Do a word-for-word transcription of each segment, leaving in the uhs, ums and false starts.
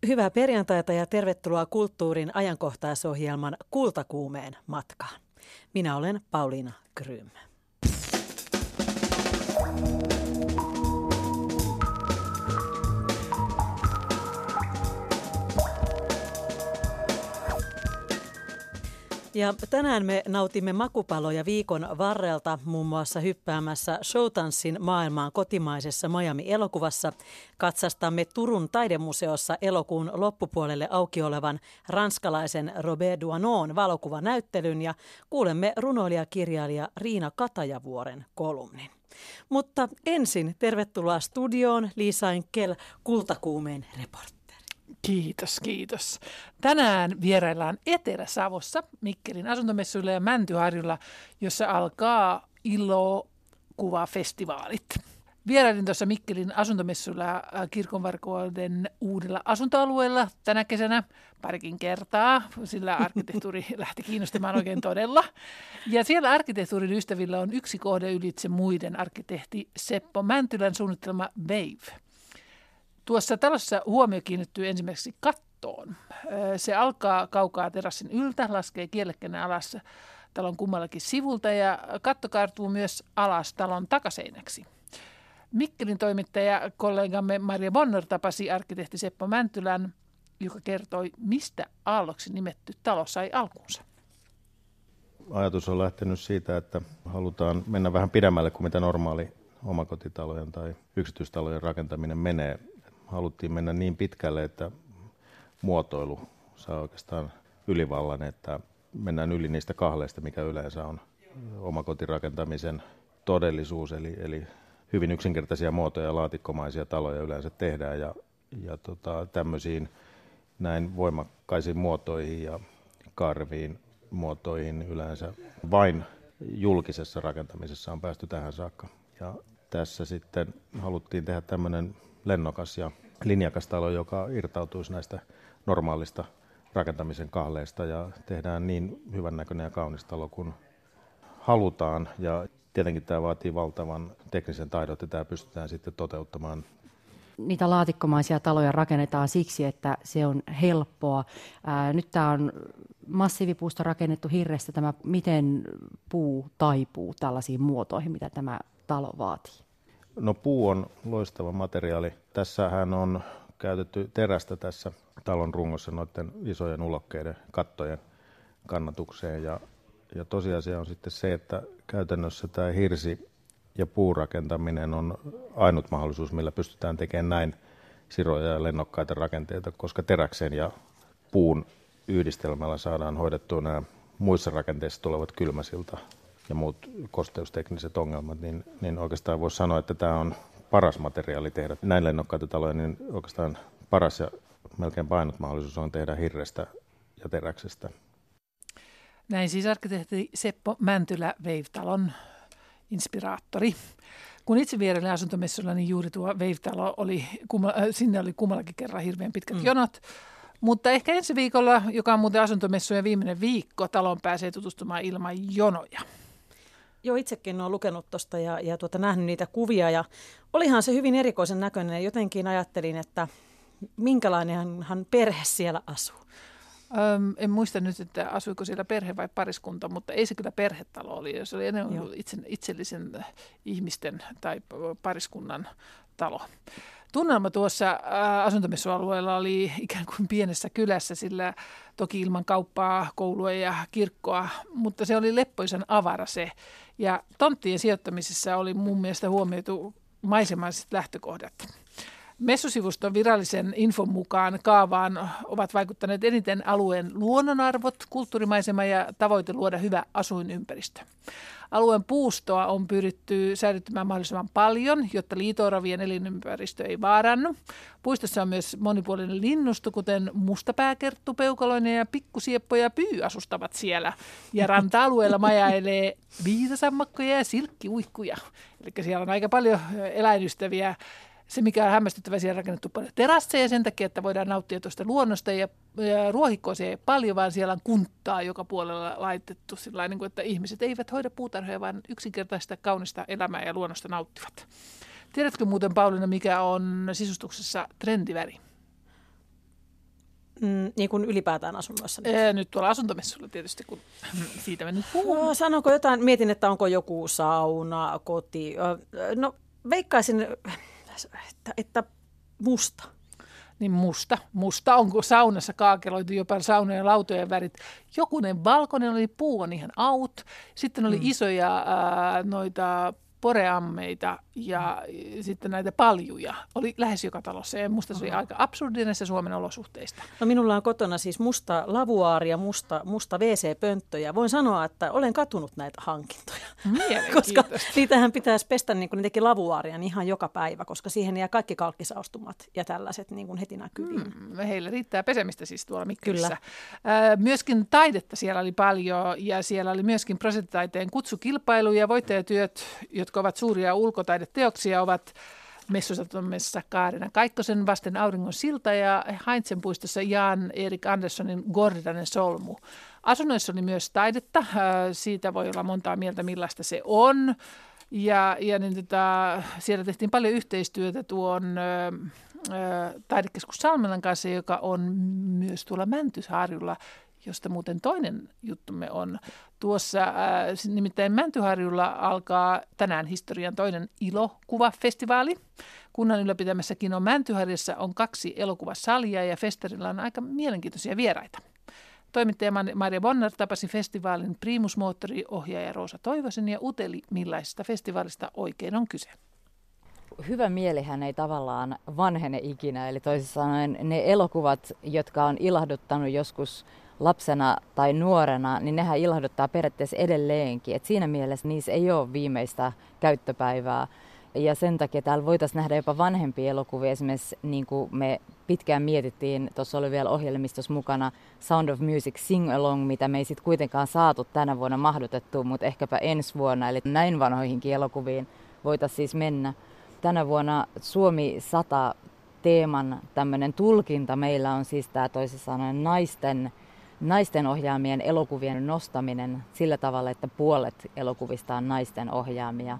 Hyvää perjantaita ja tervetuloa Kulttuurin ajankohtaisohjelman Kultakuumeen matkaan. Minä olen Pauliina Grym. Ja tänään me nautimme makupaloja viikon varrelta, muun muassa hyppäämässä showtanssin maailmaan kotimaisessa Miami-elokuvassa. Katsastamme Turun taidemuseossa elokuun loppupuolelle auki olevan ranskalaisen Robert Doisneau'n valokuvanäyttelyn ja kuulemme runoilijakirjailija Riina Katajavuoren kolumnin. Mutta ensin tervetuloa studioon Liisa Enkel, Kultakuumeen reportteri. Kiitos, kiitos. Tänään vieraillaan Etelä-Savossa, Mikkelin asuntomessuilla ja Mäntyharjulla, jossa alkaa ilokuvafestivaalit. Vierailin tuossa Mikkelin asuntomessuilla Kirkonvarkauden uudella asuntoalueella tänä kesänä parikin kertaa, sillä arkkitehtuuri lähti kiinnostamaan oikein todella. Ja siellä arkkitehtuurin ystävillä on yksi kohde ylitse muiden, arkkitehti Seppo Mäntylän suunnittelema Wave. Tuossa talossa huomio kiinnittyy ensimmäiseksi kattoon. Se alkaa kaukaa terassin yltä, laskee kielekkäinen alas talon kummallakin sivulta ja katto kaartuu myös alas talon takaseinäksi. Mikkelin toimittaja kollegamme Maria Bonner tapasi arkkitehti Seppo Mäntylän, joka kertoi, mistä aalloksi nimetty talo sai alkunsa. Ajatus on lähtenyt siitä, että halutaan mennä vähän pidemmälle kuin mitä normaali omakotitalojen tai yksityistalojen rakentaminen menee. Haluttiin mennä niin pitkälle, että muotoilu saa oikeastaan ylivallan, että mennään yli niistä kahleista, mikä yleensä on omakotirakentamisen todellisuus. Eli, eli hyvin yksinkertaisia muotoja ja laatikkomaisia taloja yleensä tehdään ja, ja tota, tämmöisiin näin voimakkaisiin muotoihin ja karviin muotoihin yleensä vain julkisessa rakentamisessa on päästy tähän saakka. Ja tässä sitten haluttiin tehdä tämmöinen lennokas ja linjakas talo, joka irtautuisi näistä normaalista rakentamisen kahleista ja tehdään niin hyvännäköinen ja kaunis talo kuin halutaan. Ja tietenkin tämä vaatii valtavan teknisen taidon, että tämä pystytään sitten toteuttamaan. Niitä laatikkomaisia taloja rakennetaan siksi, että se on helppoa. Ää, nyt tämä on massiivipuusta rakennettu hirrestä. Tämä, miten puu taipuu tällaisiin muotoihin, mitä tämä talo vaatii? No puu on loistava materiaali. Tässähän on käytetty terästä tässä talon rungossa noiden isojen ulokkeiden kattojen kannatukseen. Ja, ja tosiasia on sitten se, että käytännössä tämä hirsi- ja puurakentaminen on ainut mahdollisuus, millä pystytään tekemään näin siroja ja lennokkaita rakenteita, koska teräksen ja puun yhdistelmällä saadaan hoidettua nämä muissa rakenteissa tulevat kylmäsilta ja muut kosteustekniset ongelmat, niin, niin oikeastaan voisi sanoa, että tämä on paras materiaali tehdä näin lennokkaita taloja, niin oikeastaan paras ja melkein ainut mahdollisuus on tehdä hirrestä ja teräksestä. Näin siis arkkitehti Seppo Mäntylä, Wave-talon inspiraattori. Kun itse vierailin asuntomessuilla, niin juuri tuo Wave-talo oli, sinne oli kummallakin kerran hirveän pitkät mm. jonot. Mutta ehkä ensi viikolla, joka on muuten asuntomessujen viimeinen viikko, talon pääsee tutustumaan ilman jonoja. Joo, itsekin olen lukenut tuosta ja, ja tuota, nähnyt niitä kuvia ja olihan se hyvin erikoisen näköinen. Jotenkin ajattelin, että minkälainenhan perhe siellä asuu. Öm, en muista nyt, että asuiko siellä perhe vai pariskunta, mutta ei se kyllä perhetalo oli. Se oli enemmän itse, itsellisen ihmisten tai pariskunnan talo. Tunnelma tuossa asuntomessualueella oli ikään kuin pienessä kylässä, sillä toki ilman kauppaa, koulua ja kirkkoa, mutta se oli leppoisan avara se. Ja tonttien sijoittamisessa oli mun mielestä huomioitu maisemaiset lähtökohdat. Messusivuston virallisen infon mukaan kaavaan ovat vaikuttaneet eniten alueen luonnonarvot, kulttuurimaisema ja tavoite luoda hyvä asuinympäristö. Alueen puustoa on pyritty säilyttämään mahdollisimman paljon, jotta liito-oravien elinympäristö ei vaarannu. Puistossa on myös monipuolinen linnusto, kuten mustapääkerttu, peukaloinen ja pikkusieppo ja pyy asustavat siellä. Ja ranta-alueella majailee viitasammakkoja ja silkkiuikkuja. Eli siellä on aika paljon eläinystäviä. Se, mikä on hämmästyttävä, siellä on rakennettu paljon terasseja sen takia, että voidaan nauttia tuosta luonnosta ja, ja ruohikkoa ei paljon, vaan siellä on kunttaa joka puolella laitettu sillä niin kuin, että ihmiset eivät hoida puutarhoja, vaan yksinkertaista kaunista elämää ja luonnosta nauttivat. Tiedätkö muuten, Pauliina, mikä on sisustuksessa trendiväri? Mm, niin kuin ylipäätään asunnoissa? Ee, nyt tuolla asuntomessuilla tietysti, kun siitä me nyt puhumme. Sanonko jotain? Mietin, että onko joku sauna, koti. No veikkaisin, että, että musta. Niin musta. Musta onko saunassa kaakeloitu jopa saunojen lautojen värit. Jokunen valkoinen oli, puu on ihan out. Sitten oli mm. isoja ää, noita poreammeita ja mm. sitten näitä paljuja. Oli lähes joka talossa ja musta se oli aika absurdinen se Suomen olosuhteista. No minulla on kotona siis musta lavuaari ja musta, musta W C-pönttö ja voin sanoa, että olen katunut näitä hankintoja. Koska niitähän pitäisi pestä, niin kuin ne teki lavuaaria, niin ihan joka päivä, koska siihen jää kaikki kalkkisaustumat ja tällaiset niin kuin heti näkyviin. Hmm, heillä riittää pesemistä siis tuolla Mikkelissä. Kyllä. Myöskin taidetta siellä oli paljon ja siellä oli myöskin prosenttitaiteen kutsukilpailu ja voittajatyöt, jotka ovat suuria ulkotaideteoksia, ovat Messusatomessa Kaarina Kaikkosen Vasten auringon silta ja Heinzen puistossa Jan Erik Anderssonin Gordanen solmu. Asunnoissa oli myös taidetta, siitä voi olla montaa mieltä millaista se on. Ja, ja niin tota, siellä tehtiin paljon yhteistyötä tuon ö, ö, taidekeskus Salmelan kanssa, joka on myös tuolla Mäntyharjulla, josta muuten toinen juttumme on. Tuossa äh, nimittäin Mäntyharjulla alkaa tänään historian toinen ilokuvafestivaali. Kunnan ylläpitämässä Kino Mäntyharjassa on kaksi elokuvasalia ja festarilla on aika mielenkiintoisia vieraita. Toimittaja Maria Bonner tapasi festivaalin primusmoottoriohjaaja Roosa Toivosen ja uteli, millaisesta festivaalista oikein on kyse. Hyvä mielihän ei tavallaan vanhene ikinä, eli toisin sanoen ne elokuvat, jotka on ilahduttanut joskus lapsena tai nuorena, niin nehän ilahduttaa periaatteessa edelleenkin. Et siinä mielessä niissä ei ole viimeistä käyttöpäivää. Ja sen takia täällä voitaisiin nähdä jopa vanhempia elokuvia. Esimerkiksi niin kuin me pitkään mietittiin, tuossa oli vielä ohjelmistossa mukana Sound of Music Sing Along, mitä me ei sitten kuitenkaan saatu tänä vuonna mahdotettua, mutta ehkäpä ensi vuonna. Eli näin vanhoihinkin elokuviin voitaisiin siis mennä. Tänä vuonna Suomi sata teeman tämmöinen tulkinta meillä on siis tämä toisin sanoen naisten naisten ohjaamien elokuvien nostaminen sillä tavalla, että puolet elokuvista on naisten ohjaamia.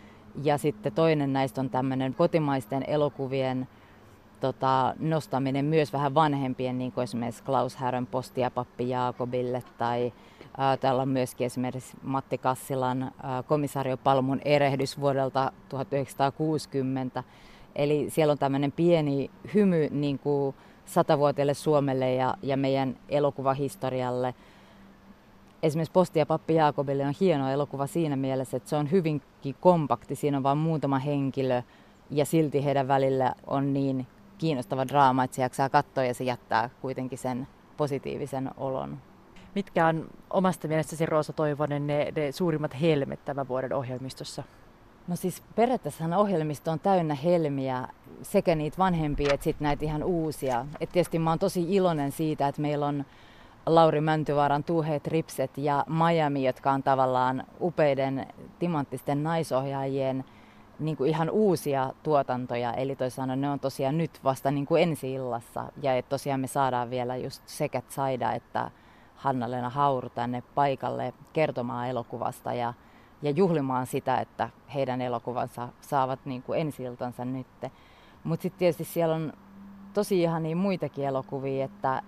Ja sitten toinen näistä on tämmöinen kotimaisten elokuvien tota, nostaminen myös vähän vanhempien, niin kuin esimerkiksi Klaus Härön Posti ja pappi Jaakobille. Tai ää, täällä on myöskin esimerkiksi Matti Kassilan ää, Komisario Palmun erehdys vuodelta tuhatyhdeksänsataakuusikymmentä. Eli siellä on tämmöinen pieni hymy niin kuin satavuotiaille Suomelle ja, ja meidän elokuvahistorialle. Esimerkiksi Posti ja pappi Jaakobille on hieno elokuva siinä mielessä, että se on hyvinkin kompakti. Siinä on vain muutama henkilö ja silti heidän välillä on niin kiinnostava draama, että se jaksaa katsoa ja se jättää kuitenkin sen positiivisen olon. Mitkä on omasta mielestäsi, Roosa Toivonen, ne, ne suurimmat helmet tämän vuoden ohjelmistossa? No siis periaatteessahan ohjelmisto on täynnä helmiä, sekä niitä vanhempia että sitten näitä ihan uusia. Et tietysti mä oon tosi iloinen siitä, että meillä on Lauri Mäntyvaaran Tuuheet Ripset ja Miami, jotka on tavallaan upeiden timanttisten naisohjaajien niin kuin ihan uusia tuotantoja. Eli toisaalta ne on tosiaan nyt vasta niin kuin ensi-illassa. Ja et tosiaan me saadaan vielä just sekä Zaida että Hanna-Leena Hauru tänne paikalle kertomaan elokuvasta ja ja juhlimaan sitä, että heidän elokuvansa saavat niin kuin ensi-iltansa nyt. Mutta sitten tietysti siellä on tosi ihania muitakin elokuvia, että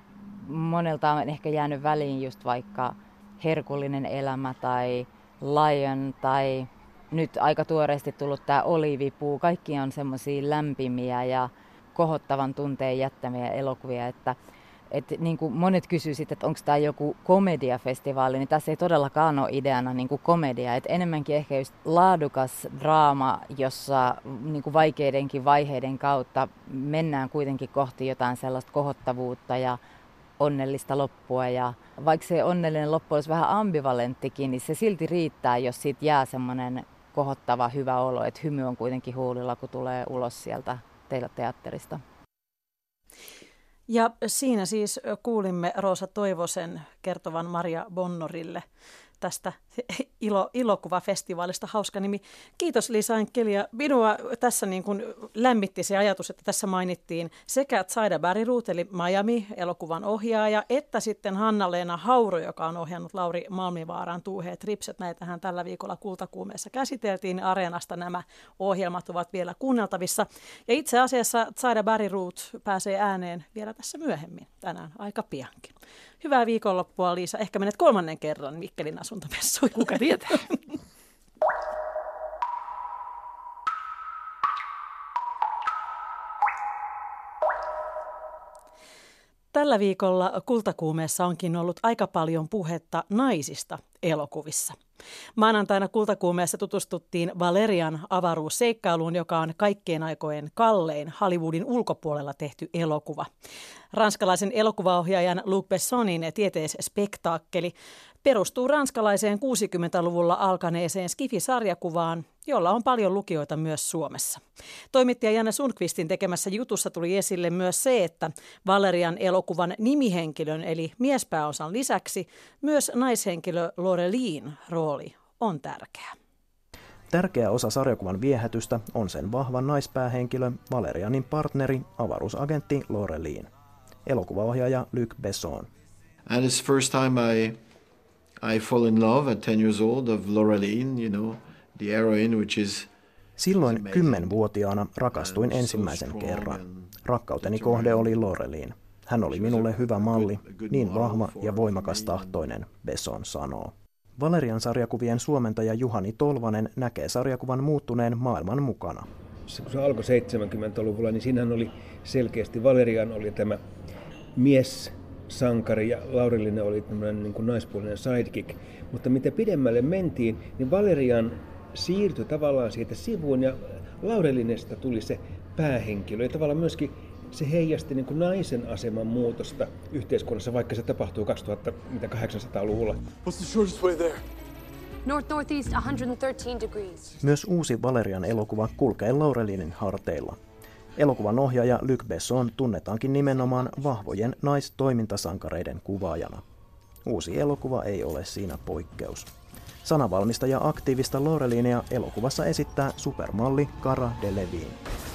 monelta on ehkä jäänyt väliin just vaikka Herkullinen elämä tai Lion tai nyt aika tuoreesti tullut tämä Olivipuu. Kaikki on semmoisia lämpimiä ja kohottavan tunteen jättämiä elokuvia, että Et niin kuin monet kysyvät sitten, että onko tämä joku komediafestivaali, niin tässä ei todellakaan ole ideana niin kuin komedia. Et enemmänkin ehkä just laadukas draama, jossa niin kuin vaikeidenkin vaiheiden kautta mennään kuitenkin kohti jotain sellaista kohottavuutta ja onnellista loppua. Ja vaikka se onnellinen loppu olisi vähän ambivalenttikin, niin se silti riittää, jos siitä jää semmoinen kohottava hyvä olo, että hymy on kuitenkin huulilla, kun tulee ulos sieltä teillä teatterista. Ja siinä siis kuulimme Roosa Toivosen kertovan Maria Bonnorille tästä ilo, ilokuvafestivaalista, hauska nimi. Kiitos Liisa Enkkeli, ja minua tässä niin kuin lämmitti se ajatus, että tässä mainittiin sekä Zaida Bäriruut, eli Miami-elokuvan ohjaaja, että sitten Hanna-Leena Hauru, joka on ohjannut Lauri Malmivaaran Tuuheet ripset. Näitähän tällä viikolla Kultakuumeessa käsiteltiin. Areenasta nämä ohjelmat ovat vielä kuunneltavissa. Ja itse asiassa Zaida Bäriruut pääsee ääneen vielä tässä myöhemmin, tänään aika piankin. Hyvää viikonloppua, Liisa. Ehkä menet kolmannen kerran Mikkelin asuntomessuille. Kuka tietää? Tällä viikolla Kultakuumeessa onkin ollut aika paljon puhetta naisista elokuvissa. Maanantaina Kultakuumeessa tutustuttiin Valerian avaruusseikkailuun, joka on kaikkien aikojen kallein Hollywoodin ulkopuolella tehty elokuva. Ranskalaisen elokuvaohjaajan Luc Bessonin tieteisspektaakkeli perustuu ranskalaiseen kuusikymmentäluvulla alkaneeseen Skifi-sarjakuvaan, jolla on paljon lukijoita myös Suomessa. Toimittaja Janne Sundqvistin tekemässä jutussa tuli esille myös se, että Valerian elokuvan nimihenkilön eli miespääosan lisäksi myös naishenkilö Lorelin rooli on tärkeä. Tärkeä osa sarjakuvan viehätystä on sen vahva naispäähenkilö Valerianin partneri, avaruusagentti Lorelin. Elokuvaohjaaja Luc Besson. And it's first time I I fall in love at ten years old of Lorelin, you know, the heroine which is Silloin kymmenvuotiaana rakastuin ensimmäisen kerran. Rakkauteni kohde oli Lorelin. Hän oli minulle hyvä malli, niin vahva ja voimakas tahtoinen, Besson sanoo. Valerian sarjakuvien suomentaja Juhani Tolvanen näkee sarjakuvan muuttuneen maailman mukana. Kun se alkoi seitsemänkymmentäluvulla, niin siinähän oli selkeästi, Valerian oli tämä mies-sankari ja Laurelinen oli tämmöinen niin kuin naispuolinen sidekick. Mutta mitä pidemmälle mentiin, niin Valerian siirtyi tavallaan siitä sivuun ja Laurelinesta tuli se päähenkilö. Ja tavallaan myöskin se heijasti niin kuin naisen aseman muutosta yhteiskunnassa, vaikka se tapahtuu kaksituhattakahdeksansataaluvulla. What's the shortest way there? North-northeast one hundred thirteen degrees. Myös uusi Valerian elokuva kulkee Laurelinin harteilla. Elokuvan ohjaaja Luc Besson tunnetaankin nimenomaan vahvojen naistoimintasankareiden kuvaajana. Uusi elokuva ei ole siinä poikkeus. Sanavalmistaja aktiivista Lorelinia elokuvassa esittää supermalli Cara Delevingne.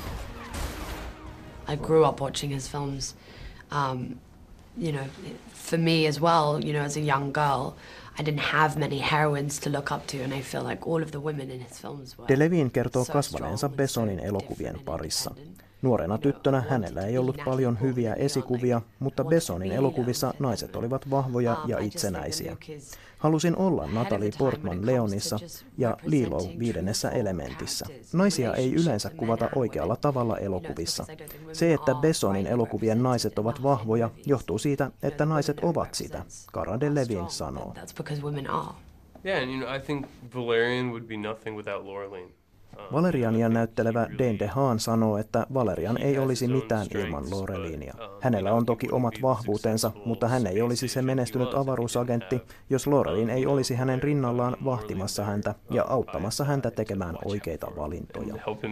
I grew up watching his films. Um, you know, for me as well, you know, as a young girl, I didn't have many heroines to look up to, and I feel like all of the women in his films were. Delevingne kertoo kasvaneensa Bessonin elokuvien parissa. Nuorena tyttönä hänellä ei ollut paljon hyviä esikuvia, mutta Bessonin elokuvissa naiset olivat vahvoja ja itsenäisiä. Halusin olla Natalie Portman Leonissa ja Lilo viidennessä elementissä. Naisia ei yleensä kuvata oikealla tavalla elokuvissa. Se, että Bessonin elokuvien naiset ovat vahvoja, johtuu siitä, että naiset ovat sitä, Cara Delevingne sanoo. Yeah, and you know, I think Valerian would be nothing without Lorelin. Valeriania näyttelevä Dane DeHaan sanoo, että Valerian ei olisi mitään ilman Lorelinia. Hänellä on toki omat vahvuutensa, mutta hän ei olisi se menestynyt avaruusagentti, jos Lorelin ei olisi hänen rinnallaan vahtimassa häntä ja auttamassa häntä tekemään oikeita valintoja.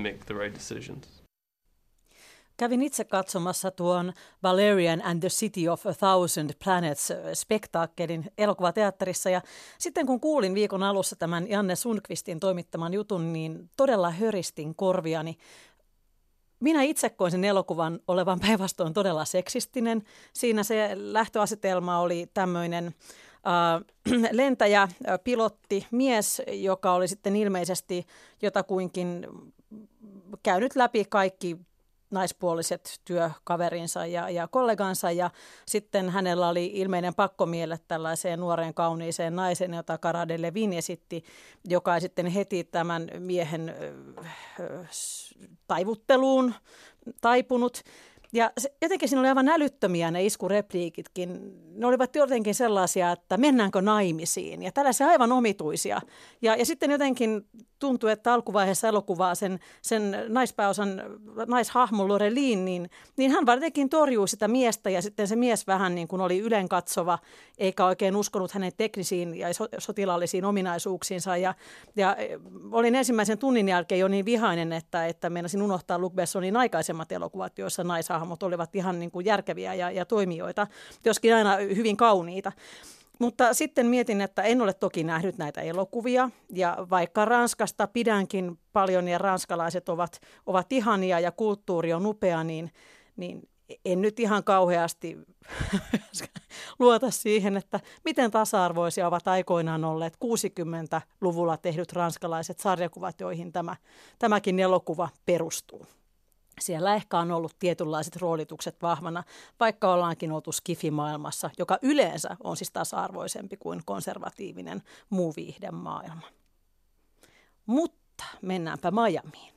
Kävin itse katsomassa tuon Valerian and the City of a Thousand Planets -spektaakkelin elokuvateatterissa, ja sitten kun kuulin viikon alussa tämän Janne Sundqvistin toimittaman jutun, niin todella höristin korviani. Minä itse koin sen elokuvan olevan päinvastoin todella seksistinen. Siinä se lähtöasetelma oli tämmöinen äh, lentäjä, pilotti, mies, joka oli sitten ilmeisesti jotakuinkin käynyt läpi kaikki naispuoliset työkaverinsa ja, ja kollegansa, ja sitten hänellä oli ilmeinen pakkomielle tällaiseen nuoreen kauniiseen naisen, jota Cara Delevingne esitti, joka ei sitten heti tämän miehen äh, taivutteluun taipunut. Ja se, jotenkin siinä oli aivan älyttömiä ne iskurepliikitkin. Ne olivat jotenkin sellaisia, että mennäänkö naimisiin, ja tällaisia aivan omituisia. Ja, ja sitten jotenkin tuntui, että alkuvaiheessa elokuvaa sen, sen naispääosan naishahmon Lorelin, niin, niin hän jotenkin torjui sitä miestä, ja sitten se mies vähän niin kuin oli ylenkatsova, eikä oikein uskonut hänen teknisiin ja sotilaallisiin ominaisuuksiinsa. Ja, ja olin ensimmäisen tunnin jälkeen jo niin vihainen, että, että meinasin unohtaa Luc Bessonin aikaisemmat elokuvat, joissa naishahmot olivat ihan niin kuin järkeviä ja, ja toimijoita, joskin aina hyvin kauniita. Mutta sitten mietin, että en ole toki nähnyt näitä elokuvia ja vaikka Ranskasta pidänkin paljon ja ranskalaiset ovat, ovat ihania ja kulttuuri on upea, niin, niin en nyt ihan kauheasti luota siihen, että miten tasa-arvoisia ovat aikoinaan olleet kuusikymmentäluvulla tehdyt ranskalaiset sarjakuvat, joihin tämä, tämäkin elokuva perustuu. Siellä ehkä on ollut tietynlaiset roolitukset vahvana, vaikka ollaankin oltu skifimaailmassa, joka yleensä on siis tasa-arvoisempi kuin konservatiivinen muu viihdemaailma. Mutta mennäänpä Miamiin.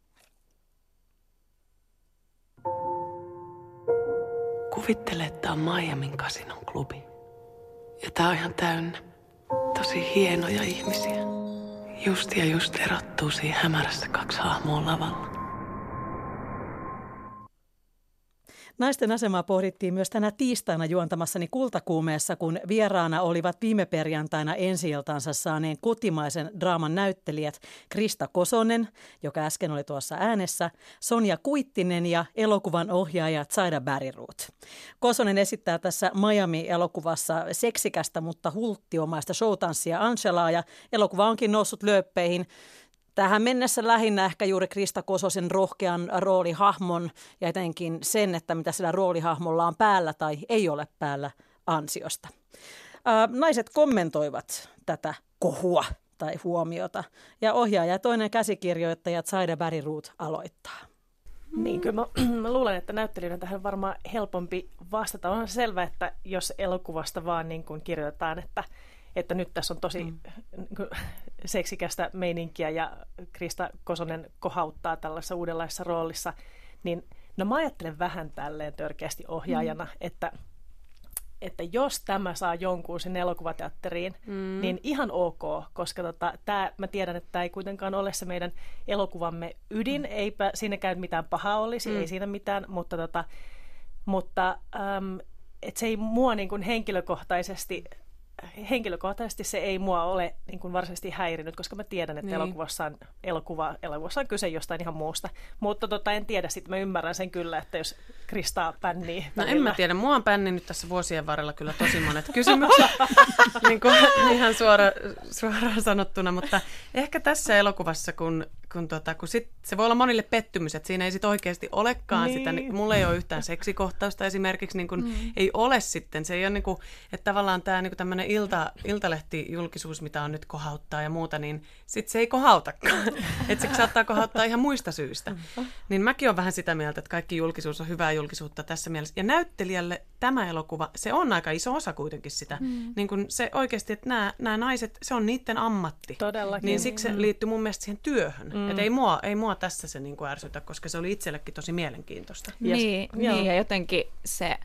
Kuvittele, että on Miamin kasinon klubi. Ja tää on ihan täynnä tosi hienoja ihmisiä. Just ja just erottuu siinä hämärässä kaksi hahmoa lavalla. Naisten asemaa pohdittiin myös tänä tiistaina juontamassani Kultakuumeessa, kun vieraana olivat viime perjantaina ensi-iltansa saaneen kotimaisen draaman näyttelijät Krista Kosonen, joka äsken oli tuossa äänessä, Sonja Kuittinen ja elokuvan ohjaaja Zaida Bäriruut. Kosonen esittää tässä Miami-elokuvassa seksikästä, mutta hulttiomaista showtanssia Angelaa ja elokuva onkin noussut lööppeihin. Tähän mennessä lähinnä ehkä juuri Krista Kososen rohkean roolihahmon ja etenkin sen, että mitä sillä roolihahmolla on päällä tai ei ole päällä ansiosta. Ää, naiset kommentoivat tätä kohua tai huomiota ja ohjaaja ja toinen käsikirjoittaja Zaida Bäriruut aloittaa. Niin, kyllä mä, mä luulen, että näyttelijöiden tähän on varmaan helpompi vastata. Onhan selvä, että jos elokuvasta vaan niin kuin kirjoitetaan, että että nyt tässä on tosi mm. seksikästä meininkiä ja Krista Kosonen kohauttaa tällaisessa uudenlaisessa roolissa, niin no mä ajattelen vähän tälleen törkeästi ohjaajana, mm. että, että jos tämä saa jonkun sen elokuvateatteriin, mm. niin ihan ok, koska tota, tää, mä tiedän, että tämä ei kuitenkaan ole se meidän elokuvamme ydin, mm. eipä siinä käy mitään pahaa olisi, mm. ei siinä mitään, mutta, tota, mutta äm, et se ei mua niin kuin henkilökohtaisesti Henkilökohtaisesti se ei mua ole niin kuin varsinaisesti häirinyt, koska mä tiedän, että niin. elokuvassa, on, elokuva, elokuvassa on kyse jostain ihan muusta. Mutta tota, en tiedä, sitten mä ymmärrän sen kyllä, että jos Kristaa pännii. No välillä. en mä tiedä, mua on pänninyt tässä vuosien varrella kyllä tosi monet kysymykset, niin kuin ihan suora, suoraan sanottuna, mutta ehkä tässä elokuvassa, kun, kun, tota, kun sit, se voi olla monille pettymys, että siinä ei sit oikeasti olekaan niin. sitä, niin mulla ei ole yhtään seksikohtausta esimerkiksi, niin kuin mm. ei ole sitten, se ei ole niin kuin, että tavallaan tämä niin kuin tämmöinen ilta, iltalehti-julkisuus, mitä on nyt kohauttaa ja muuta, niin sitten se ei kohautakaan. Että se saattaa kohauttaa ihan muista syistä. Niin mäkin olen vähän sitä mieltä, että kaikki julkisuus on hyvää julkisuutta tässä mielessä. Ja näyttelijälle tämä elokuva, se on aika iso osa kuitenkin sitä. Mm. Niin kun se oikeasti, että nämä, nämä naiset, se on niiden ammatti. Todellakin. Niin siksi se liittyy mun mielestä siihen työhön. Mm. Että ei mua, ei mua tässä se niin kuin ärsytä, koska se oli itsellekin tosi mielenkiintoista. Niin, niin ja jotenkin se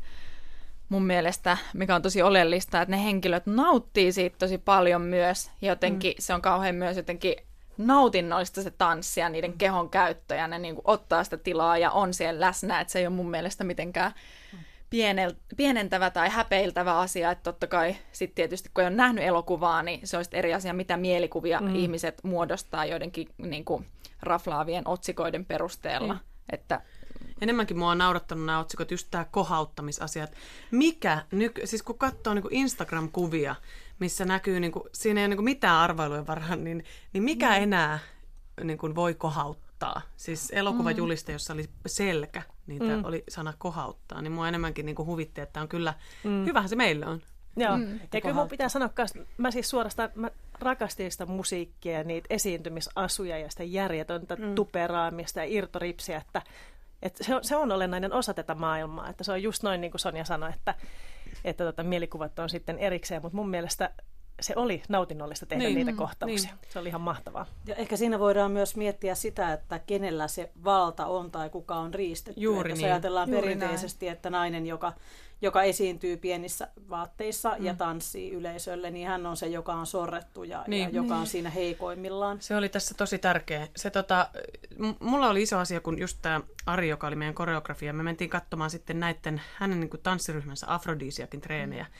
mun mielestä, mikä on tosi oleellista, että ne henkilöt nauttii siitä tosi paljon myös. Ja jotenkin mm. se on kauhean myös jotenkin nautinnollista se tanssi ja niiden kehon käyttö ja ne niin kuin ottaa sitä tilaa ja on siellä läsnä. Että se ei ole mun mielestä mitenkään pienel, pienentävä tai häpeiltävä asia. Että totta kai sitten tietysti, kun ei ole nähnyt elokuvaa, niin se olisi eri asia, mitä mielikuvia mm. ihmiset muodostaa joidenkin niin kuin raflaavien otsikoiden perusteella. Mm. Että enemmänkin mua on naurattanut nämä otsikot, just tämä kohauttamisasiat. Mikä, nyky- siis kun katsoo niin kuin Instagram-kuvia, missä näkyy, niin kuin, siinä ei ole niin kuin mitään arvailujen varaan, niin, niin mikä mm. enää niin kuin voi kohauttaa? Siis elokuvajuliste, jossa oli selkä, niin mm. oli sana kohauttaa, niin mua enemmänkin niin kuin huvitti, että on kyllä, mm. hyvähän se meille on. Joo, mm, ja kyllä mun pitää sanoa, että mä siis suorastaan mä rakastin sitä musiikkia ja niitä esiintymisasuja ja sitä järjetöntä mm. tuperaamista ja irtoripsiä, että että se, on, se on olennainen osa tätä maailmaa, että se on just noin niin kuin Sonja sanoi, että, että tota, mielikuvat on sitten erikseen, mutta mun mielestä se oli nautinnollista tehdä niin, niitä kohtauksia. Niin. Se oli ihan mahtavaa. Ja ehkä siinä voidaan myös miettiä sitä, että kenellä se valta on tai kuka on riistetty. Juuri että niin. ajatellaan Juuri perinteisesti, näin. Että nainen, joka, joka esiintyy pienissä vaatteissa mm. ja tanssii yleisölle, niin hän on se, joka on sorrettu ja, niin. ja joka on siinä heikoimmillaan. Se oli tässä tosi tärkeä. Se, tota, m- mulla oli iso asia, kun just tämä Ari, joka oli meidän koreografia, me mentiin katsomaan sitten näiden hänen niin kuin tanssiryhmänsä Afrodisiakin treenejä. Mm.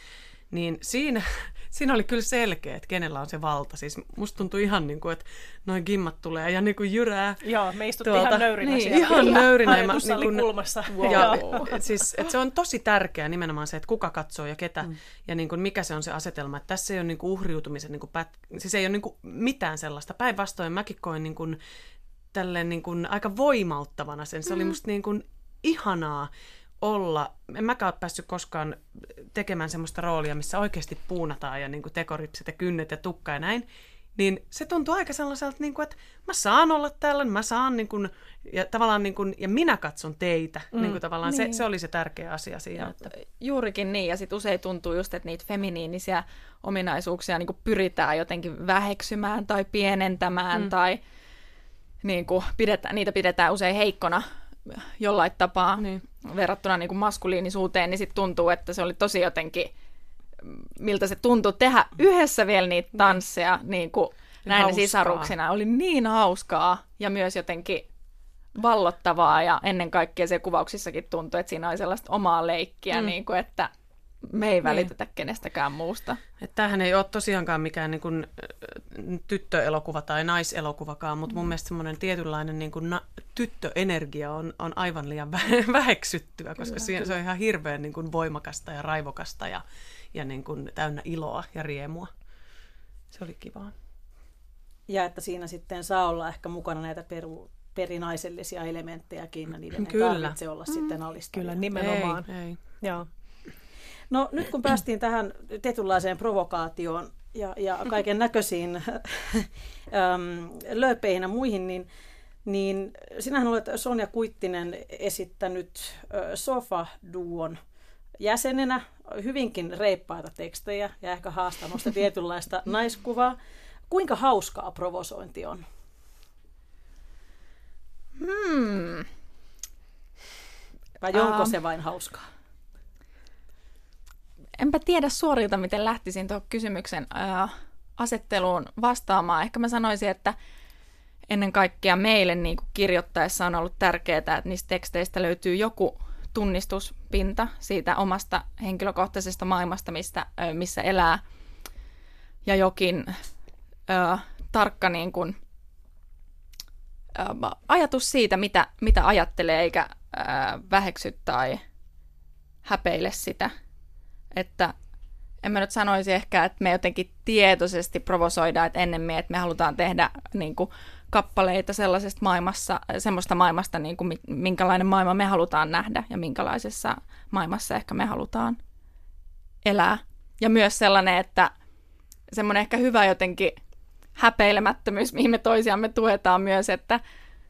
niin siinä, siinä oli kyllä selkeä, että kenellä on se valta. Siis musta tuntui ihan niin kuin, että noin gimmat tulee ja niin kuin jyrää. Joo, me istuttiin tuolta. Ihan nöyrinä niin, siellä. Ihan nöyrinä. Harjoitussalli niin kulmassa. Wow. Ja, et siis, et se on tosi tärkeää nimenomaan se, että kuka katsoo ja ketä mm. ja niin kuin mikä se on se asetelma. Että tässä ei ole niin kuin uhriutumisen, niin kuin pät... siis ei ole niin kuin mitään sellaista. Päinvastoin mäkin koin niin kuin, tälleen niin kuin aika voimauttavana sen. Se mm. oli musta niin kuin ihanaa olla. En mäkään ole päässyt koskaan tekemään semmoista roolia, missä oikeasti puunataan ja niin kuin tekoripset ja kynnet ja tukka ja näin. Niin se tuntuu aika sellaiselta, niin kuin, että mä saan olla tällainen, mä saan niin kuin, ja tavallaan niin kuin, ja minä katson teitä. Mm, niin kuin tavallaan niin. se, se oli se tärkeä asia siinä. Ja, että... Juurikin niin, ja sitten usein tuntuu just, että niitä feminiinisiä ominaisuuksia niin kuin pyritään jotenkin väheksymään tai pienentämään, mm. tai niin kuin pidetään, niitä pidetään usein heikkona jollain tapaa niin. verrattuna niin kuin maskuliinisuuteen, niin sitten tuntuu, että se oli tosi jotenkin, miltä se tuntui tehdä yhdessä vielä niitä tansseja niin kuin näin hauskaa. Sisaruksina. Oli niin hauskaa ja myös jotenkin vallottavaa ja ennen kaikkea se kuvauksissakin tuntui, että siinä oli sellaista omaa leikkiä, mm. niin kuin, että me ei välitetä niin. kenestäkään muusta. Että tämähän ei ole tosiaankaan mikään niin kuin tyttöelokuva tai naiselokuvakaan, mutta mun mielestä semmoinen tietynlainen niin kuin na- tyttöenergia on, on aivan liian vä- väheksyttyä, koska kyllä, siinä, se on ihan hirveän niin kuin voimakasta ja raivokasta ja, ja niin kuin täynnä iloa ja riemua. Se oli kivaa. Ja että siinä sitten saa olla ehkä mukana näitä peru, perinaisellisia elementtejäkin, ja niiden kyllä. ei tarvitse olla mm. sitten alistavia. Kyllä, nimenomaan. Ei, ei. Joo. No nyt kun päästiin tähän tietynlaiseen provokaatioon ja, ja kaiken näköisiin lööpeihin ja muihin, niin, niin sinähän olet Sonja Kuittinen esittänyt Sofa-duon jäsenenä hyvinkin reippaita tekstejä ja ehkä haastanut sitä tietynlaista naiskuvaa. Kuinka hauskaa provosointi on? Hmm. Vai onko um. se vain hauskaa? Enpä tiedä suorilta, miten lähtisin tuohon kysymyksen ää, asetteluun vastaamaan. Ehkä mä sanoisin, että ennen kaikkea meille niin kuin kirjoittaessa on ollut tärkeää, että niistä teksteistä löytyy joku tunnistuspinta siitä omasta henkilökohtaisesta maailmasta, mistä, ää, missä elää, ja jokin ää, tarkka niin kuin, ää, ajatus siitä, mitä, mitä ajattelee, eikä ää, väheksy tai häpeile sitä. Että en mä nyt sanoisi ehkä, että me jotenkin tietoisesti provosoidaan, että ennemmin, että me halutaan tehdä niin kuin, kappaleita sellaisesta maailmassa, semmoista maailmasta, niin kuin, minkälainen maailma me halutaan nähdä ja minkälaisessa maailmassa ehkä me halutaan elää. Ja myös sellainen, että semmoinen ehkä hyvä jotenkin häpeilemättömyys, mihin me toisiamme tuetaan myös, että,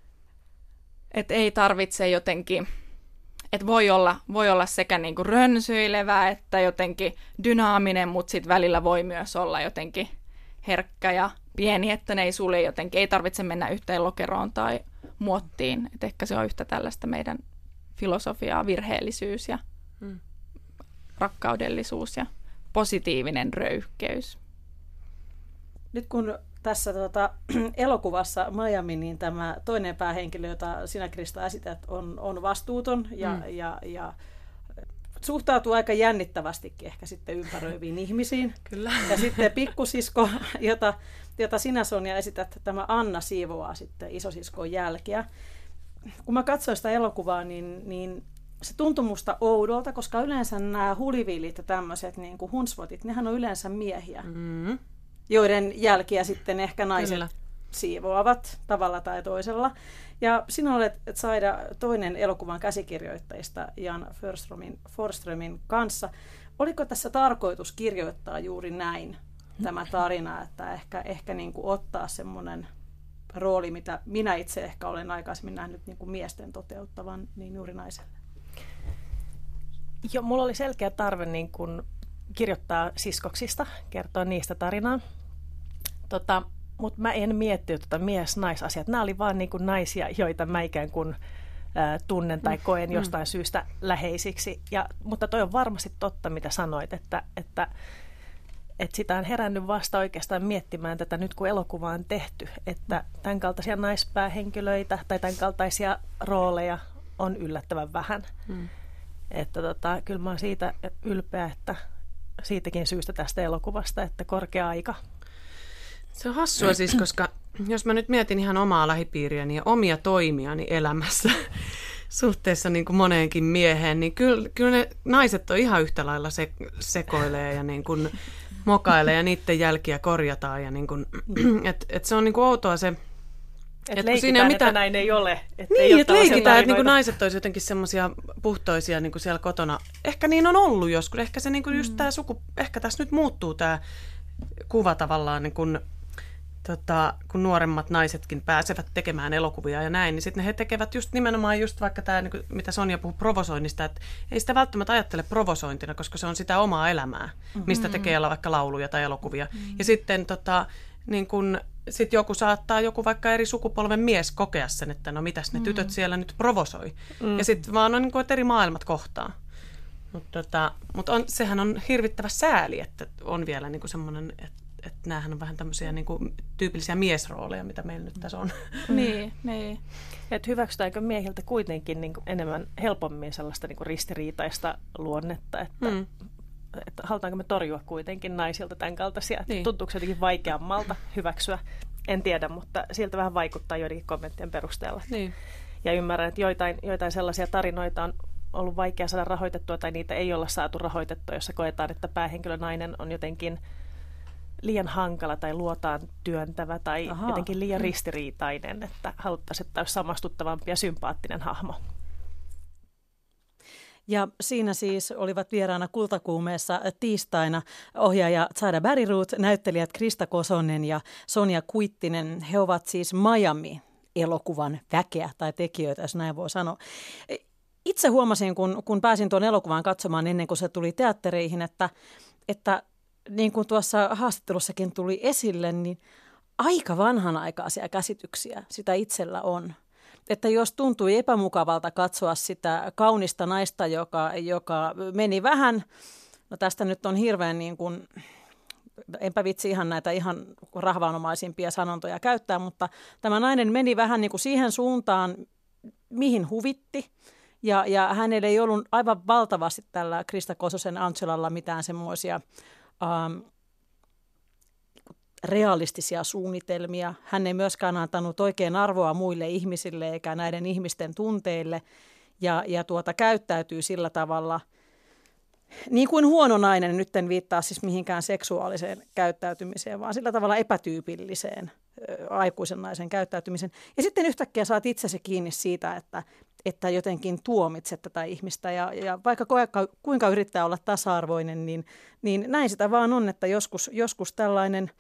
että ei tarvitse jotenkin... Että voi olla, voi olla sekä niinku rönsyilevä että jotenkin dynaaminen, mutta sitten välillä voi myös olla jotenkin herkkä ja pieni, että ne ei sulje jotenkin. Ei tarvitse mennä yhteen lokeroon tai muottiin. Et ehkä se on yhtä tällaista meidän filosofiaa, virheellisyys ja hmm. rakkaudellisuus ja positiivinen röyhkeys. Nyt kun tässä tuota, elokuvassa Miami, niin tämä toinen päähenkilö, jota sinä, Krista, esität, on, on vastuuton ja, mm. ja, ja suhtautuu aika jännittävästikin ehkä sitten ympäröiviin ihmisiin. Kyllä. Ja sitten pikkusisko, jota, jota sinä, Sonja, esität, tämä Anna siivoaa sitten isosiskon jälkiä. Kun mä katsoin sitä elokuvaa, niin, niin se tuntui musta oudolta, koska yleensä nämä huliviilit ja tämmöiset niin kuin hunsvotit, nehän on yleensä miehiä. Mm. joiden jälkiä sitten ehkä naiset Kyllä. siivoavat tavalla tai toisella. Ja sinä olet, Zaida, toinen elokuvan käsikirjoittajista Jan Forsströmin, Forsströmin kanssa. Oliko tässä tarkoitus kirjoittaa juuri näin tämä tarina, että ehkä, ehkä niin kuin ottaa semmoinen rooli, mitä minä itse ehkä olen aikaisemmin nähnyt niin kuin miesten toteuttavan, niin juuri naiselle? Joo, mulla oli selkeä tarve niin kuin kirjoittaa siskoksista, kertoa niistä tarinaa. Tota, mutta mä en miettinyt tota mies-naisasiat. Nämä oli vaan niin kuin naisia, joita mä ikään kuin ä, tunnen tai koen jostain mm. syystä läheisiksi. Ja, mutta toi on varmasti totta, mitä sanoit, että, että, että sitä on herännyt vasta oikeastaan miettimään tätä nyt, kun elokuva on tehty. Että tämän kaltaisia naispäähenkilöitä tai tämän kaltaisia rooleja on yllättävän vähän. Mm. Että tota, kyllä mä oon siitä ylpeä, että siitäkin syystä tästä elokuvasta, että korkea aika. Se on hassua siis, koska jos mä nyt mietin ihan omaa lähipiiriäni ja omia toimiani elämässä suhteessa niin kuin moneenkin mieheen, niin kyllä, kyllä ne naiset on ihan yhtä lailla se, sekoilee ja niin kuin mokailee ja niiden jälkiä korjataan. Ja niin kuin, et, et se on niin kuin outoa se, että et leikitään, mitään... että näin ei ole. Että niin, ei että leikitään, että niin naiset olisi jotenkin semmoisia puhtoisia niin kuin siellä kotona. Ehkä niin on ollut joskus. Ehkä se niin kuin just mm. tämä suku, ehkä tässä nyt muuttuu tämä kuva tavallaan, niin kuin, tota, kun nuoremmat naisetkin pääsevät tekemään elokuvia ja näin, niin sitten he tekevät just nimenomaan just vaikka tämä, niin kuin, mitä Sonja puhui provosoinnista, että ei sitä välttämättä ajattele provosointina, koska se on sitä omaa elämää, mistä mm. tekee vaikka lauluja tai elokuvia. Mm. Ja sitten tota, niin kun, sit joku saattaa, joku vaikka eri sukupolven mies kokea sen, että no mitäs ne mm. tytöt siellä nyt provosoi. Mm. Ja sitten vaan on niin kuin, että eri maailmat kohtaa. Mutta tota, mut on, sehän on hirvittävä sääli, että on vielä niin kuin semmoinen, että, että näähän on vähän tämmöisiä niin kuin tyypillisiä miesrooleja, mitä meillä nyt tässä on. Niin, niin. Että hyväksytäänkö miehiltä kuitenkin niin kuin enemmän helpommin sellaista niin kuin ristiriitaista luonnetta, että mm. että halutaanko me torjua kuitenkin naisilta tämän kaltaisia, niin. Tuntuuko se jotenkin vaikeammalta hyväksyä? En tiedä, mutta siltä vähän vaikuttaa joidenkin kommenttien perusteella. Niin. Ja ymmärrän, että joitain, joitain sellaisia tarinoita on ollut vaikea saada rahoitettua tai niitä ei olla saatu rahoitettua, jossa koetaan, että päähenkilö nainen on jotenkin liian hankala tai luotaan työntävä tai Aha. jotenkin liian ristiriitainen, että haluttaisiin, että olisi samastuttavampi ja sympaattinen hahmo. Ja siinä siis olivat vieraana Kultakuumeessa tiistaina ohjaaja Zahra Bäriruut, näyttelijät Krista Kosonen ja Sonja Kuittinen. He ovat siis Miami-elokuvan väkeä tai tekijöitä, jos näin voi sanoa. Itse huomasin, kun, kun pääsin tuon elokuvan katsomaan ennen kuin se tuli teattereihin, että, että niin kuin tuossa haastattelussakin tuli esille, niin aika vanhanaikaisia käsityksiä sitä itsellä on. Että jos tuntui epämukavalta katsoa sitä kaunista naista, joka, joka meni vähän, no tästä nyt on hirveän niin kuin, enpä vitsi ihan näitä ihan rahvaanomaisimpia sanontoja käyttää, mutta tämä nainen meni vähän niin kuin siihen suuntaan, mihin huvitti. Ja, ja hänellä ei ollut aivan valtavasti tällä Krista Kososen Angelalla mitään semmoisia ähm, realistisia suunnitelmia. Hän ei myöskään antanut oikein arvoa muille ihmisille eikä näiden ihmisten tunteille ja, ja tuota, käyttäytyy sillä tavalla, niin kuin huono nainen, nyt en viittaa siis mihinkään seksuaaliseen käyttäytymiseen, vaan sillä tavalla epätyypilliseen ä, aikuisen naisen käyttäytymiseen. Ja sitten yhtäkkiä saat itsesi kiinni siitä, että, että jotenkin tuomitset tätä ihmistä ja, ja vaikka kuinka yrittää olla tasa-arvoinen, niin, niin näin sitä vaan on, että joskus, joskus tällainen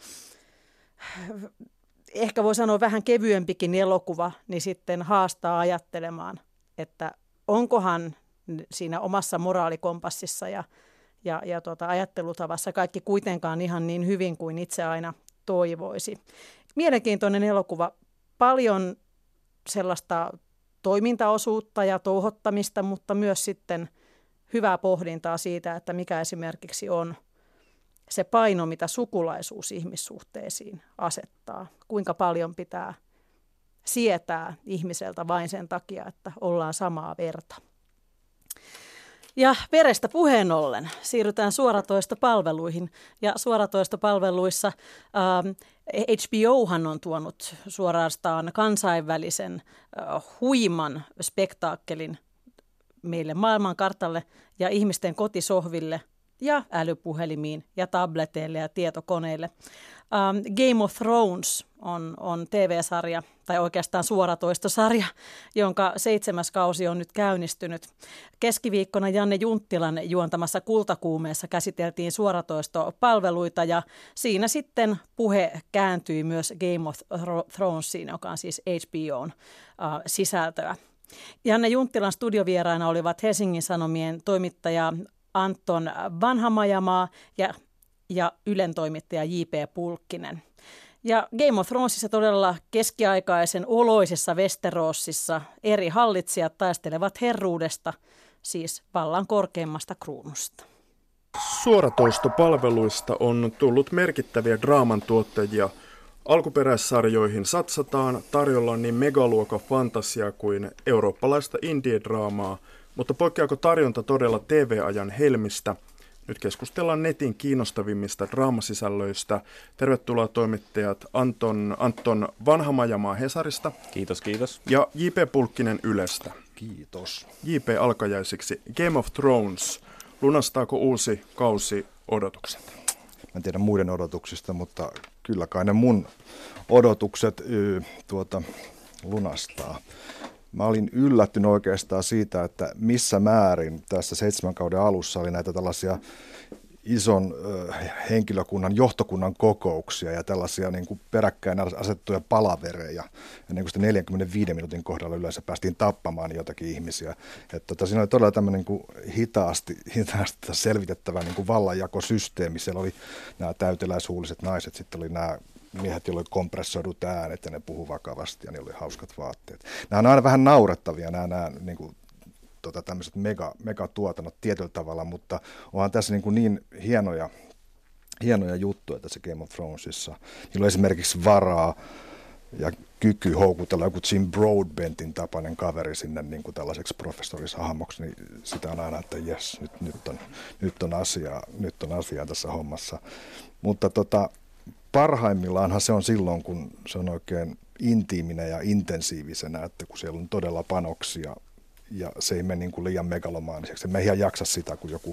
ehkä voi sanoa vähän kevyempikin elokuva, niin sitten haastaa ajattelemaan, että onkohan siinä omassa moraalikompassissa ja, ja, ja tuota, ajattelutavassa kaikki kuitenkaan ihan niin hyvin kuin itse aina toivoisi. Mielenkiintoinen elokuva, paljon sellaista toimintaosuutta ja touhottamista, mutta myös sitten hyvää pohdintaa siitä, että mikä esimerkiksi on se paino, mitä sukulaisuus ihmissuhteisiin asettaa. Kuinka paljon pitää sietää ihmiseltä vain sen takia, että ollaan samaa verta. Ja verestä puheen ollen siirrytään suoratoistopalveluihin. Ja suoratoistopalveluissa ähm, H B Ohan on tuonut suorastaan kansainvälisen äh, huiman spektaakkelin meille maailmankartalle ja ihmisten kotisohville ja älypuhelimiin ja tableteille ja tietokoneille. Um, Game of Thrones on, on T V-sarja, tai oikeastaan suoratoistosarja, jonka seitsemäs kausi on nyt käynnistynyt. Keskiviikkona Janne Junttilan juontamassa Kultakuumeessa käsiteltiin suoratoistopalveluita, ja siinä sitten puhe kääntyi myös Game of Thronesiin, joka on siis H B O:n uh, sisältöä. Janne Junttilan studiovieraina olivat Helsingin Sanomien toimittaja Anton Vanhamajamaa ja, ja Ylen toimittaja J P Pulkkinen. Ja Game of Thronesissa todella keskiaikaisen oloisessa Westerosissa eri hallitsijat taistelevat herruudesta, siis vallan korkeimmasta kruunusta. Suoratoistopalveluista on tullut merkittäviä draamantuottajia. Alkuperäissarjoihin satsataan, tarjolla on niin megaluokan fantasiaa kuin eurooppalaista indie-draamaa, mutta poikkeako tarjonta todella T V-ajan helmistä? Nyt keskustellaan netin kiinnostavimmista draamasisällöistä. Tervetuloa toimittajat Anton, Anton Vanhamajamaa Hesarista. Kiitos, kiitos. Ja J P Pulkkinen Ylestä. Kiitos. J P alkajaisiksi. Game of Thrones. Lunastaako uusi kausi odotukset? Mä en tiedä muiden odotuksista, mutta kyllä kai ne mun odotukset yy, tuota, lunastaa. Mä olin yllättynyt oikeastaan siitä, että missä määrin tässä seitsemän kauden alussa oli näitä tällaisia ison ö, henkilökunnan, johtokunnan kokouksia ja tällaisia niin kuin peräkkäin asettuja palavereja. Ja niin kuin sitä neljänkymmenenviiden minuutin kohdalla yleensä päästiin tappamaan jotakin ihmisiä. Että tota, siinä oli todella tämmöinen niin kuin hitaasti, hitaasti selvitettävä niin kuin vallanjakosysteemi. Siellä oli nämä täyteläishuuliset naiset, sitten oli nämä miehet, joilla oli kompressoidut äänet ja ne puhu vakavasti ja niillä oli hauskat vaatteet. Nämä on aina vähän naurettavia nämä, nämä niin kuin, tota, tämmöiset mega, megatuotannot tietyllä tavalla, mutta onhan tässä niin, kuin niin hienoja, hienoja juttuja tässä Game of Thronesissa. Niillä on esimerkiksi varaa ja kyky houkutella joku Jim Broadbentin tapainen kaveri sinne niin kuin tällaiseksi professorisahmoksi, niin sitä on aina, että jes, nyt, nyt, on, nyt, on asiaa, nyt on asiaa tässä hommassa. Mutta tota, parhaimmillaanhan se on silloin, kun se on oikein intiiminä ja intensiivisenä, että kun siellä on todella panoksia ja se ei mene niin kuin liian megalomaaniseksi. Me ei ihan jaksa sitä, kun joku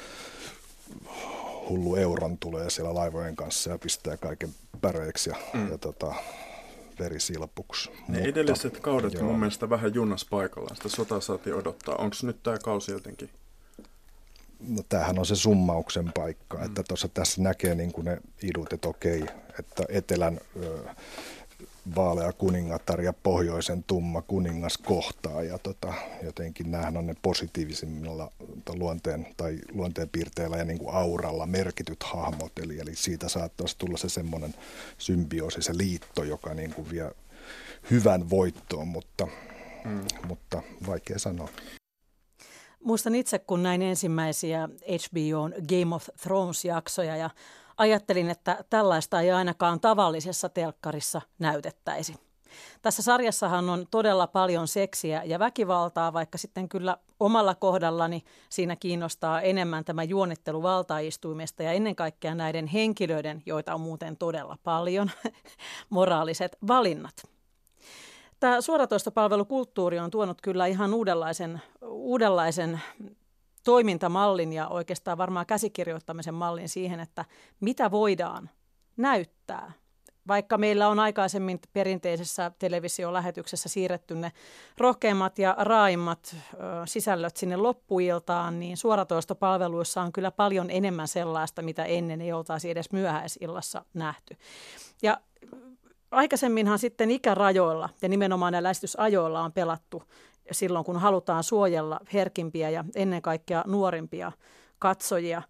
hullu euron tulee siellä laivojen kanssa ja pistää kaiken päreiksi ja, mm. ja tota, verisilpuksi. Ne Mutta, edelliset kaudet joo. mun mielestä vähän junnas paikallaan. Sitä sotaa saatiin odottaa. Onko nyt tämä kausi jotenkin? No tämähän on se summauksen paikka, mm. että tuossa tässä näkee niin kuin ne idut, että okei, että etelän ö, vaalea kuningatar ja pohjoisen tumma kuningas kohtaa ja tota, jotenkin näähän on ne positiivisimmilla luonteen tai luonteenpiirteillä ja niin kuin auralla merkityt hahmot, eli, eli siitä saattaisi tulla se semmoinen symbioosi, se liitto, joka niin kuin vie hyvän voittoon, mutta, mm. mutta vaikea sanoa. Muistan itse, kun näin ensimmäisiä H B O:n Game of Thrones-jaksoja ja ajattelin, että tällaista ei ainakaan tavallisessa telkkarissa näytettäisi. Tässä sarjassahan on todella paljon seksiä ja väkivaltaa, vaikka sitten kyllä omalla kohdallani siinä kiinnostaa enemmän tämä juonittelu valtaistuimesta ja ennen kaikkea näiden henkilöiden, joita on muuten todella paljon, moraaliset valinnat. Tämä suoratoistopalvelukulttuuri on tuonut kyllä ihan uudenlaisen, uudenlaisen toimintamallin ja oikeastaan varmaan käsikirjoittamisen mallin siihen, että mitä voidaan näyttää. Vaikka meillä on aikaisemmin perinteisessä televisiolähetyksessä siirretty ne rohkeimmat ja raaimmat ö, sisällöt sinne loppuiltaan, niin suoratoistopalveluissa on kyllä paljon enemmän sellaista, mitä ennen ei oltaisi edes myöhäisillassa nähty. Ja aikaisemminhan sitten ikärajoilla ja nimenomaan näillä lähetysajoilla on pelattu silloin, kun halutaan suojella herkimpiä ja ennen kaikkea nuorimpia katsojia.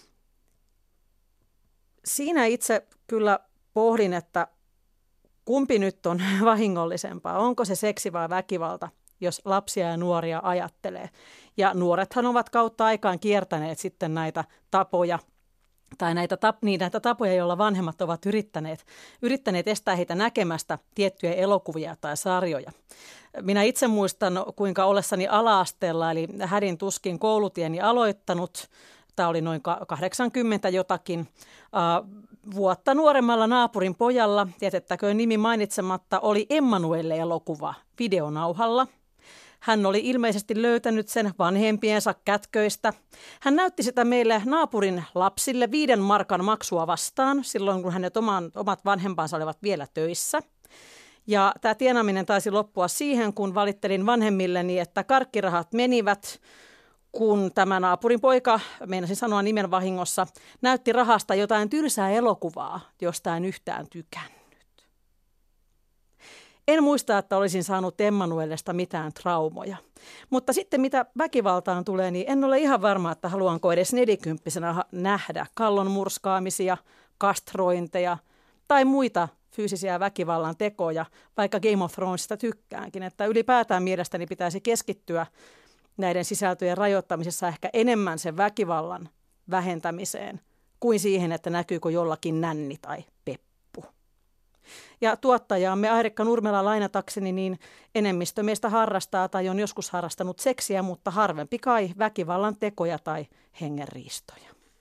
Siinä itse kyllä pohdin, että kumpi nyt on vahingollisempaa. Onko se seksi vai väkivalta, jos lapsia ja nuoria ajattelee. Ja nuorethan ovat kautta aikaan kiertäneet sitten näitä tapoja, tai näitä, tap, niin näitä tapoja, joilla vanhemmat ovat yrittäneet, yrittäneet estää heitä näkemästä tiettyjä elokuvia tai sarjoja. Minä itse muistan, kuinka ollessani ala-asteella, eli hädin tuskin koulutieni aloittanut, tämä oli noin kahdeksankymmentä jotakin, uh, vuotta nuoremmalla naapurin pojalla, jätettäköön nimi mainitsematta, oli Emmanuelle-elokuva videonauhalla. Hän oli ilmeisesti löytänyt sen vanhempiensa kätköistä. Hän näytti sitä meille naapurin lapsille viiden markan maksua vastaan, silloin kun hänet oman, omat vanhempansa olivat vielä töissä. Ja tämä tienaaminen taisi loppua siihen, kun valittelin vanhemmilleni, että karkkirahat menivät, kun tämä naapurin poika, meinasin sanoa nimen vahingossa, näytti rahasta jotain tylsää elokuvaa, josta en yhtään tykännyt. En muista, että olisin saanut Emmanuellesta mitään traumoja. Mutta sitten mitä väkivaltaan tulee, niin en ole ihan varma, että haluanko edes nelikymppisenä nähdä kallon murskaamisia, kastrointeja tai muita fyysisiä väkivallan tekoja, vaikka Game of Thronesista tykkäänkin. Että ylipäätään mielestäni pitäisi keskittyä näiden sisältöjen rajoittamisessa ehkä enemmän sen väkivallan vähentämiseen kuin siihen, että näkyykö jollakin nänni tai peppu. Ja tuottajaamme Airikka Nurmela lainatakseni, niin enemmistö meistä harrastaa tai on joskus harrastanut seksiä, mutta harvempi kai väkivallan tekoja tai hengenriistoja.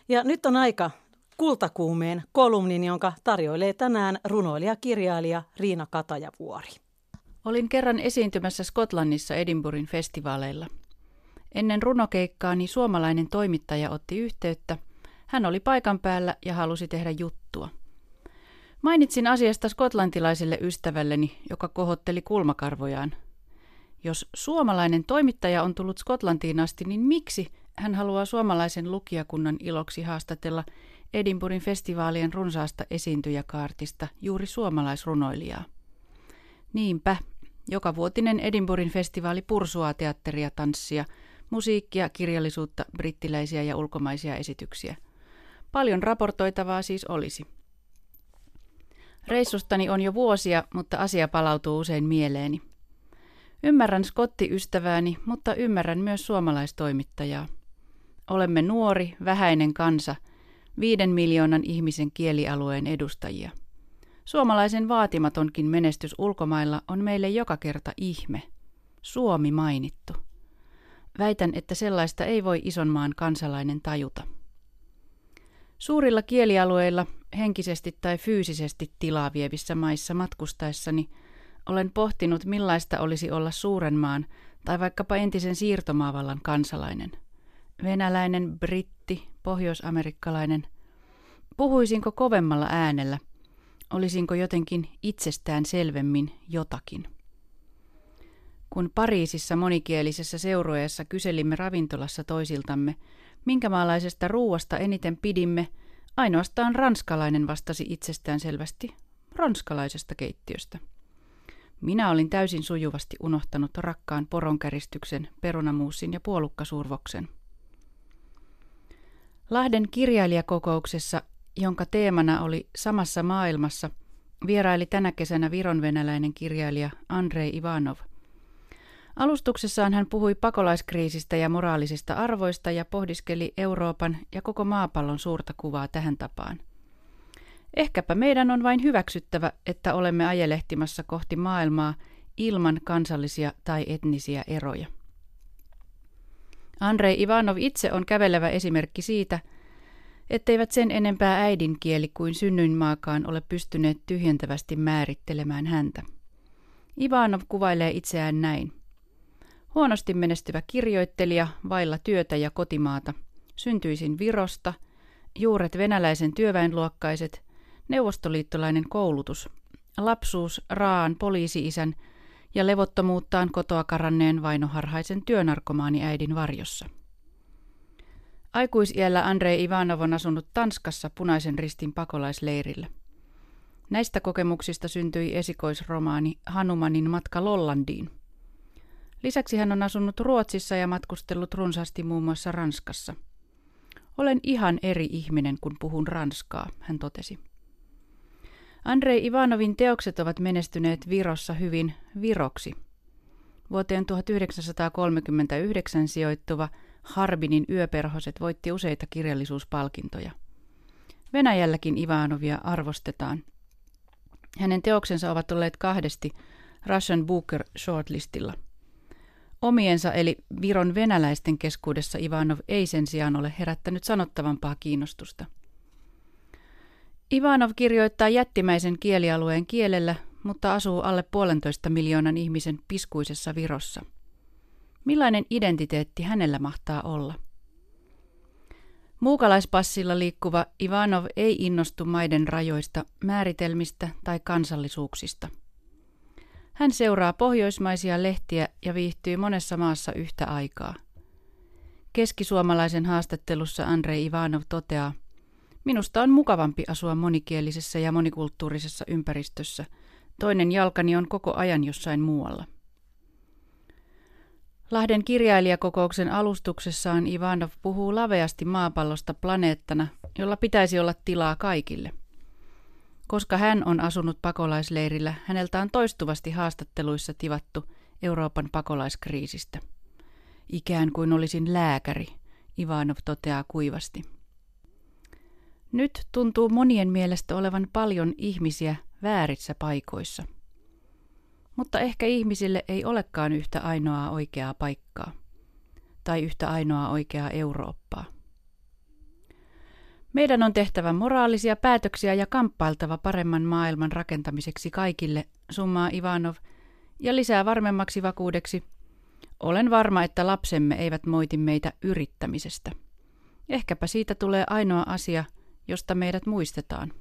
Ja nyt on aika Kultakuumeen kolumnin, jonka tarjoilee tänään runoilija-kirjailija Riina Katajavuori. Olin kerran esiintymässä Skotlannissa Edinburghin festivaaleilla. Ennen runokeikkaani suomalainen toimittaja otti yhteyttä. Hän oli paikan päällä ja halusi tehdä juttua. Mainitsin asiasta skotlantilaiselle ystävälleni, joka kohotteli kulmakarvojaan. Jos suomalainen toimittaja on tullut Skotlantiin asti, niin miksi hän haluaa suomalaisen lukijakunnan iloksi haastatella Edinburghin festivaalien runsaasta esiintyjäkaartista juuri suomalaisrunoilijaa? Niinpä, jokavuotinen Edinburghin festivaali pursuaa teatteria, tanssia, musiikkia, kirjallisuutta, brittiläisiä ja ulkomaisia esityksiä. Paljon raportoitavaa siis olisi. Reissustani on jo vuosia, mutta asia palautuu usein mieleeni. Ymmärrän skottiystävääni, mutta ymmärrän myös suomalaistoimittajaa. Olemme nuori, vähäinen kansa, viiden miljoonan ihmisen kielialueen edustajia. Suomalaisen vaatimatonkin menestys ulkomailla on meille joka kerta ihme. Suomi mainittu. Väitän, että sellaista ei voi ison maan kansalainen tajuta. Suurilla kielialueilla, henkisesti tai fyysisesti tilaa vievissä maissa matkustaessani, olen pohtinut, millaista olisi olla suuren maan tai vaikkapa entisen siirtomaavallan kansalainen. Venäläinen, britti, pohjoisamerikkalainen. Puhuisinko kovemmalla äänellä? Olisinko jotenkin itsestään selvemmin jotakin? Kun Pariisissa monikielisessä seurueessa kyselimme ravintolassa toisiltamme, minkä maalaisesta ruuasta eniten pidimme, ainoastaan ranskalainen vastasi itsestään selvästi ranskalaisesta keittiöstä. Minä olin täysin sujuvasti unohtanut rakkaan poronkäristyksen, perunamuusin ja puolukkasurvoksen. Lahden kirjailijakokouksessa, jonka teemana oli Samassa maailmassa, vieraili tänä kesänä vironvenäläinen kirjailija Andrei Ivanov. Alustuksessaan hän puhui pakolaiskriisistä ja moraalisista arvoista ja pohdiskeli Euroopan ja koko maapallon suurta kuvaa tähän tapaan. Ehkäpä meidän on vain hyväksyttävä, että olemme ajelehtimassa kohti maailmaa ilman kansallisia tai etnisiä eroja. Andrei Ivanov itse on kävelevä esimerkki siitä, etteivät sen enempää äidinkieli kuin synnyinmaakaan ole pystyneet tyhjentävästi määrittelemään häntä. Ivanov kuvailee itseään näin. Huonosti menestyvä kirjoittelija, vailla työtä ja kotimaata. Syntyisin Virosta, juuret venäläisen työväenluokkaiset, neuvostoliittolainen koulutus, lapsuus Raaan poliisi-isän ja levottomuuttaan kotoa karanneen vainoharhaisen työnarkomaani äidin varjossa. Aikuisiällä Andrei Ivanov on asunut Tanskassa Punaisen Ristin pakolaisleirillä. Näistä kokemuksista syntyi esikoisromaani Hanumanin matka Lollandiin. Lisäksi hän on asunut Ruotsissa ja matkustellut runsaasti muun muassa Ranskassa. Olen ihan eri ihminen, kun puhun ranskaa, hän totesi. Andrei Ivanovin teokset ovat menestyneet Virossa hyvin viroksi. Vuoteen tuhatyhdeksänsataakolmekymmentäyhdeksän sijoittuva Harbinin yöperhoset voitti useita kirjallisuuspalkintoja. Venäjälläkin Ivanovia arvostetaan. Hänen teoksensa ovat olleet kahdesti Russian Booker shortlistilla. Omiensa eli Viron venäläisten keskuudessa Ivanov ei sen sijaan ole herättänyt sanottavampaa kiinnostusta. Ivanov kirjoittaa jättimäisen kielialueen kielellä, mutta asuu alle puolentoista miljoonan ihmisen piskuisessa Virossa. Millainen identiteetti hänellä mahtaa olla? Muukalaispassilla liikkuva Ivanov ei innostu maiden rajoista, määritelmistä tai kansallisuuksista. Hän seuraa pohjoismaisia lehtiä ja viihtyy monessa maassa yhtä aikaa. Keskisuomalaisen haastattelussa Andrei Ivanov toteaa, minusta on mukavampi asua monikielisessä ja monikulttuurisessa ympäristössä. Toinen jalkani on koko ajan jossain muualla. Lahden kirjailijakokouksen alustuksessaan Ivanov puhuu laveasti maapallosta planeettana, jolla pitäisi olla tilaa kaikille. Koska hän on asunut pakolaisleirillä, häneltä on toistuvasti haastatteluissa tivattu Euroopan pakolaiskriisistä. Ikään kuin olisin lääkäri, Ivanov toteaa kuivasti. Nyt tuntuu monien mielestä olevan paljon ihmisiä väärissä paikoissa. Mutta ehkä ihmisille ei olekaan yhtä ainoaa oikeaa paikkaa tai yhtä ainoaa oikeaa Eurooppaa. Meidän on tehtävä moraalisia päätöksiä ja kamppailtava paremman maailman rakentamiseksi kaikille, summaa Ivanov, ja lisää varmemmaksi vakuudeksi. Olen varma, että lapsemme eivät moiti meitä yrittämisestä. Ehkäpä siitä tulee ainoa asia, josta meidät muistetaan.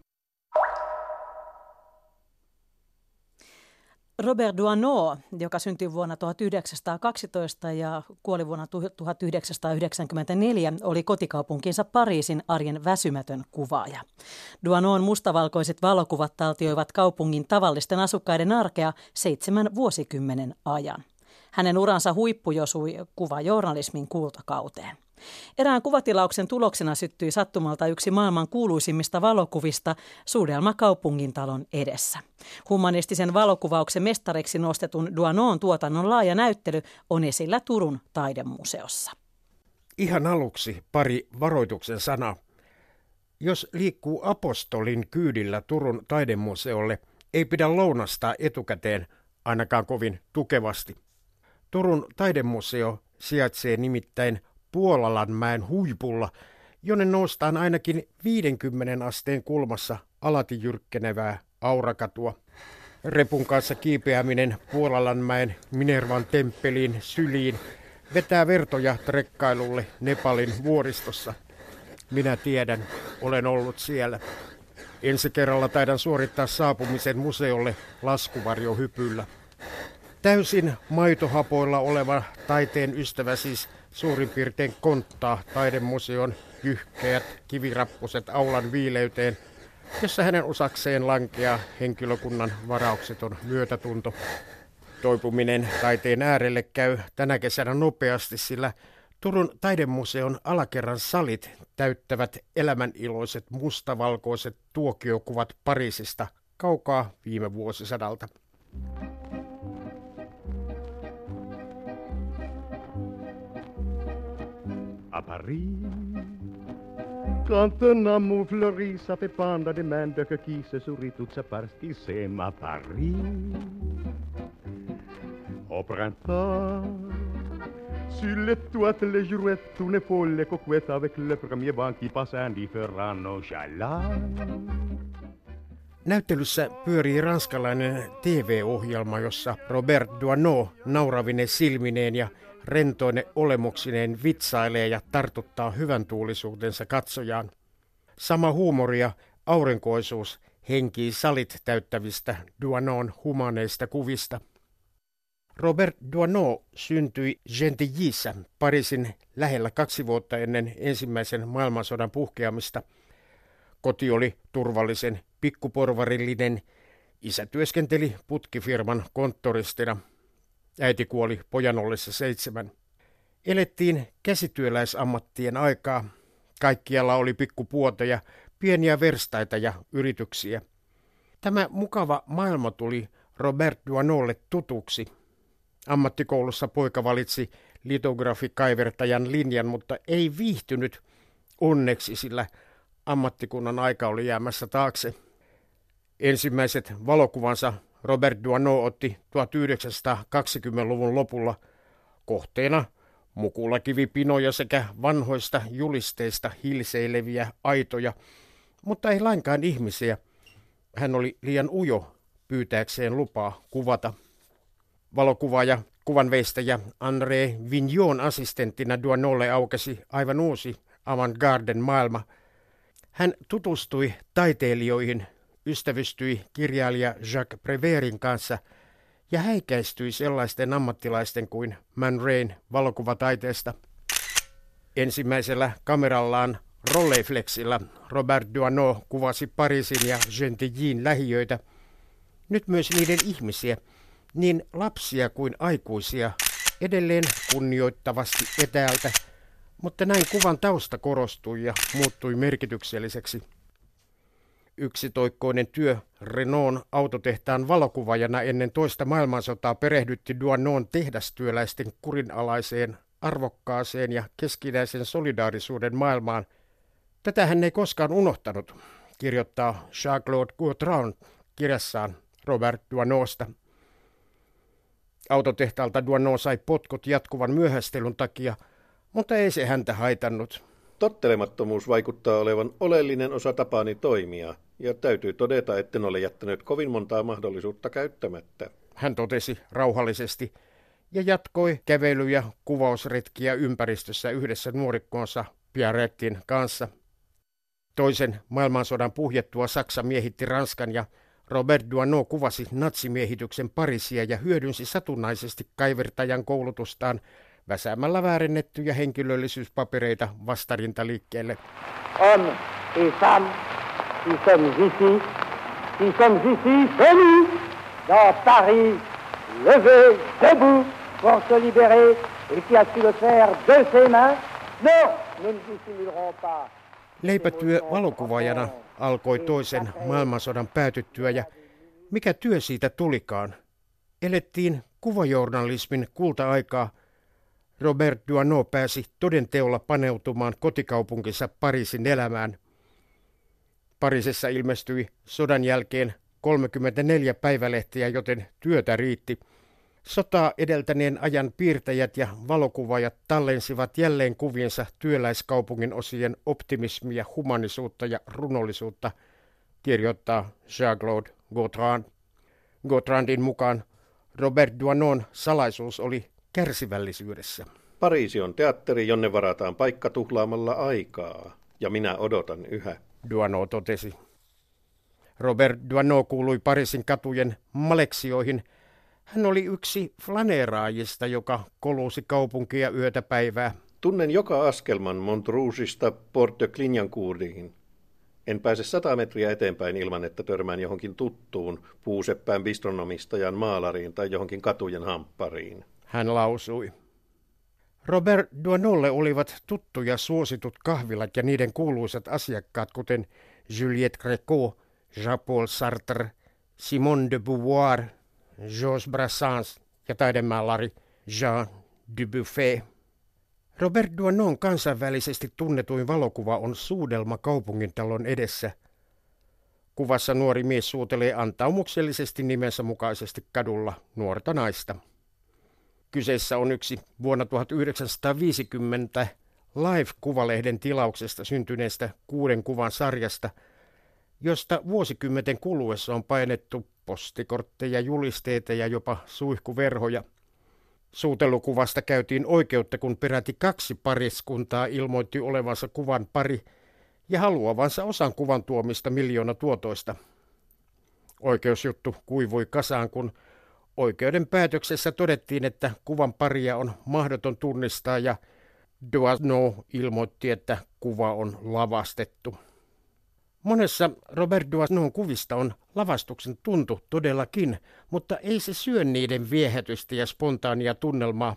Robert Doisneau, joka syntyi vuonna tuhatyhdeksänsataakaksitoista ja kuoli vuonna tuhatyhdeksänsataayhdeksänkymmentäneljä, oli kotikaupunkinsa Pariisin arjen väsymätön kuvaaja. Doisneaun mustavalkoiset valokuvat taltioivat kaupungin tavallisten asukkaiden arkea seitsemän vuosikymmenen ajan. Hänen uransa huippu josui kuvajournalismin kultakauteen. Erään kuvatilauksen tuloksena syttyi sattumalta yksi maailman kuuluisimmista valokuvista Suudelma kaupungintalon edessä. Humanistisen valokuvauksen mestariksi nostetun Doisneaun tuotannon laaja näyttely on esillä Turun taidemuseossa. Ihan aluksi pari varoituksen sanaa. Jos liikkuu apostolin kyydillä Turun taidemuseolle, ei pidä lounastaa etukäteen, ainakaan kovin tukevasti. Turun taidemuseo sijaitsee nimittäin Puolalanmäen huipulla, jonne noustaan ainakin viidenkymmenen asteen kulmassa alati jyrkkenevää aurakatua. Repun kanssa kiipeäminen Puolalanmäen Minervan temppeliin syliin vetää vertoja trekkailulle Nepalin vuoristossa. Minä tiedän, olen ollut siellä. Ensi kerralla taidan suorittaa saapumisen museolle laskuvarjohypyllä. Täysin maitohapoilla oleva taiteen ystävä siis suurin piirtein konttaa taidemuseon jyhkeät kivirappuset aulan viileyteen, jossa hänen osakseen lankeaa henkilökunnan varaukseton myötätunto. Toipuminen taiteen äärelle käy tänä kesänä nopeasti, sillä Turun taidemuseon alakerran salit täyttävät elämäniloiset mustavalkoiset tuokiokuvat Pariisista kaukaa viime vuosisadalta. À Paris, quand un amour fleurit, ça fait pendant des mains de qui se sourit toute sa partie, c'est ma Paris. Au printemps, sur les toits, les girouettes, tournent folles les coquettes avec le premier vent qui passe indifférent nonchalant. Näyttelyssä pyörii ranskalainen T V-ohjelma, jossa Robert Doisneau nauravine silmineen ja rentoine olemuksineen vitsailee ja tartuttaa hyvän tuulisuutensa katsojaan. Sama huumori ja aurinkoisuus henkii salit täyttävistä Doisneaun humaneista kuvista. Robert Doisneau syntyi Gentillyssä Pariisin lähellä kaksi vuotta ennen ensimmäisen maailmansodan puhkeamista. Koti oli turvallisen pikkuporvarillinen. Isä työskenteli putkifirman konttoristina. Äiti kuoli pojan ollessa seitsemän. Elettiin käsityöläisammattien aikaa. Kaikkialla oli pikkupuoteja, pieniä verstaita ja yrityksiä. Tämä mukava maailma tuli Robert Doisneaulle tutuksi. Ammattikoulussa poika valitsi litografikaivertajan linjan, mutta ei viihtynyt onneksi, sillä ammattikunnan aika oli jäämässä taakse. Ensimmäiset valokuvansa Robert Doisneau otti tuhatyhdeksänsataakaksikymmentäluvun lopulla, kohteena mukulakivipinoja sekä vanhoista julisteista hilseileviä aitoja, mutta ei lainkaan ihmisiä. Hän oli liian ujo pyytääkseen lupaa kuvata. Valokuvaaja, kuvanveistäjä André Vignon assistenttina Doisneaulle aukesi aivan uusi avantgarden maailma. Hän tutustui taiteilijoihin, ystävystyi kirjailija Jacques Prévertin kanssa ja häikäistyi sellaisten ammattilaisten kuin Man Rayn valokuvataiteesta. Ensimmäisellä kamerallaan Rolleiflexilla Robert Doisneau kuvasi Pariisin ja Gentillyn lähiöitä, nyt myös niiden ihmisiä, niin lapsia kuin aikuisia, edelleen kunnioittavasti etäältä, mutta näin kuvan tausta korostui ja muuttui merkitykselliseksi. Yksitoikkoinen työ Renaultin autotehtaan valokuvaajana ennen toista maailmansotaa perehdytti Doisneaun tehdastyöläisten kurinalaiseen, arvokkaaseen ja keskinäisen solidaarisuuden maailmaan. Tätä hän ei koskaan unohtanut, kirjoittaa Jean-Claude Gautran kirjassaan Robert Doisneausta. Autotehtaalta Doisneau sai potkut jatkuvan myöhästelyn takia, mutta ei se häntä haitannut. Tottelemattomuus vaikuttaa olevan oleellinen osa tapaani toimia, ja täytyy todeta, etten ole jättänyt kovin montaa mahdollisuutta käyttämättä. Hän totesi rauhallisesti ja jatkoi kävelyjä, kuvausretkiä ympäristössä yhdessä nuorikkoonsa Pierrettin kanssa. Toisen maailmansodan puhjettua Saksa miehitti Ranskan ja Robert Doisneau kuvasi natsimiehityksen Pariisia ja hyödynsi satunnaisesti kaivertajan koulutustaan väsäämällä väärennettyjä henkilöllisyyspapereita vastarintaliikkeelle. Hommes et femmes, qui sommes ici, qui sommes ici venus dans Paris, levés, debout pour se libérer, et qui a su le faire de ses mains. Non, nous ne dissimulerons pas. Leipätyö valokuvaajana alkoi toisen maailmansodan päätyttyä ja mikä työ siitä tulikaan? Elettiin kuvajournalismin kulta-aikaa. Robert Doisneau pääsi todenteolla paneutumaan kotikaupunkinsa Pariisin elämään. Pariisissa ilmestyi sodan jälkeen kolmekymmentäneljä päivälehtiä, joten työtä riitti. Sotaa edeltäneen ajan piirtäjät ja valokuvaajat tallensivat jälleen kuviensa työläiskaupungin osien optimismia, humanisuutta ja runollisuutta, kirjoittaa Jean-Claude Gautran. Gautrandin mukaan Robert Doisneaun salaisuus oli kärsivällisyydessä. Pariisi on teatteri, jonne varataan paikka tuhlaamalla aikaa, ja minä odotan yhä. Doisneau totesi. Robert Doisneau kuului Pariisin katujen maleksioihin. Hän oli yksi flaneeraajista, joka kolusi kaupunkia yötä päivää. Tunnen joka askelman Montrougeista Porte de Clignancourtiin. En pääse sata metriä eteenpäin ilman, että törmään johonkin tuttuun, puuseppään bistronomistajan maalariin tai johonkin katujen hamppariin. Hän lausui. Robert Doisneaulle olivat tuttuja suositut kahvilat ja niiden kuuluisat asiakkaat, kuten Juliette Gréco, Jean-Paul Sartre, Simone de Beauvoir, Georges Brassens ja taidemaalari Jean Dubuffet. Robert Doisneaun kansainvälisesti tunnetuin valokuva on Suudelma kaupungintalon edessä. Kuvassa nuori mies suutelee antaumuksellisesti nimensä mukaisesti kadulla nuorta naista. Kyseessä on yksi vuonna tuhatyhdeksänsataaviisikymmentä Live-kuvalehden tilauksesta syntyneestä kuuden kuvan sarjasta, josta vuosikymmenten kuluessa on painettu postikortteja, julisteita ja jopa suihkuverhoja. Suutelukuvasta käytiin oikeutta, kun peräti kaksi pariskuntaa ilmoitti olevansa kuvan pari ja haluavansa osan kuvan tuomista miljoona tuotoista. Oikeusjuttu kuivui kasaan, kun oikeuden päätöksessä todettiin, että kuvan paria on mahdoton tunnistaa ja Doisneau ilmoitti, että kuva on lavastettu. Monessa Robert Doisneaun kuvista on lavastuksen tuntu todellakin, mutta ei se syö niiden viehätystä ja spontaania tunnelmaa.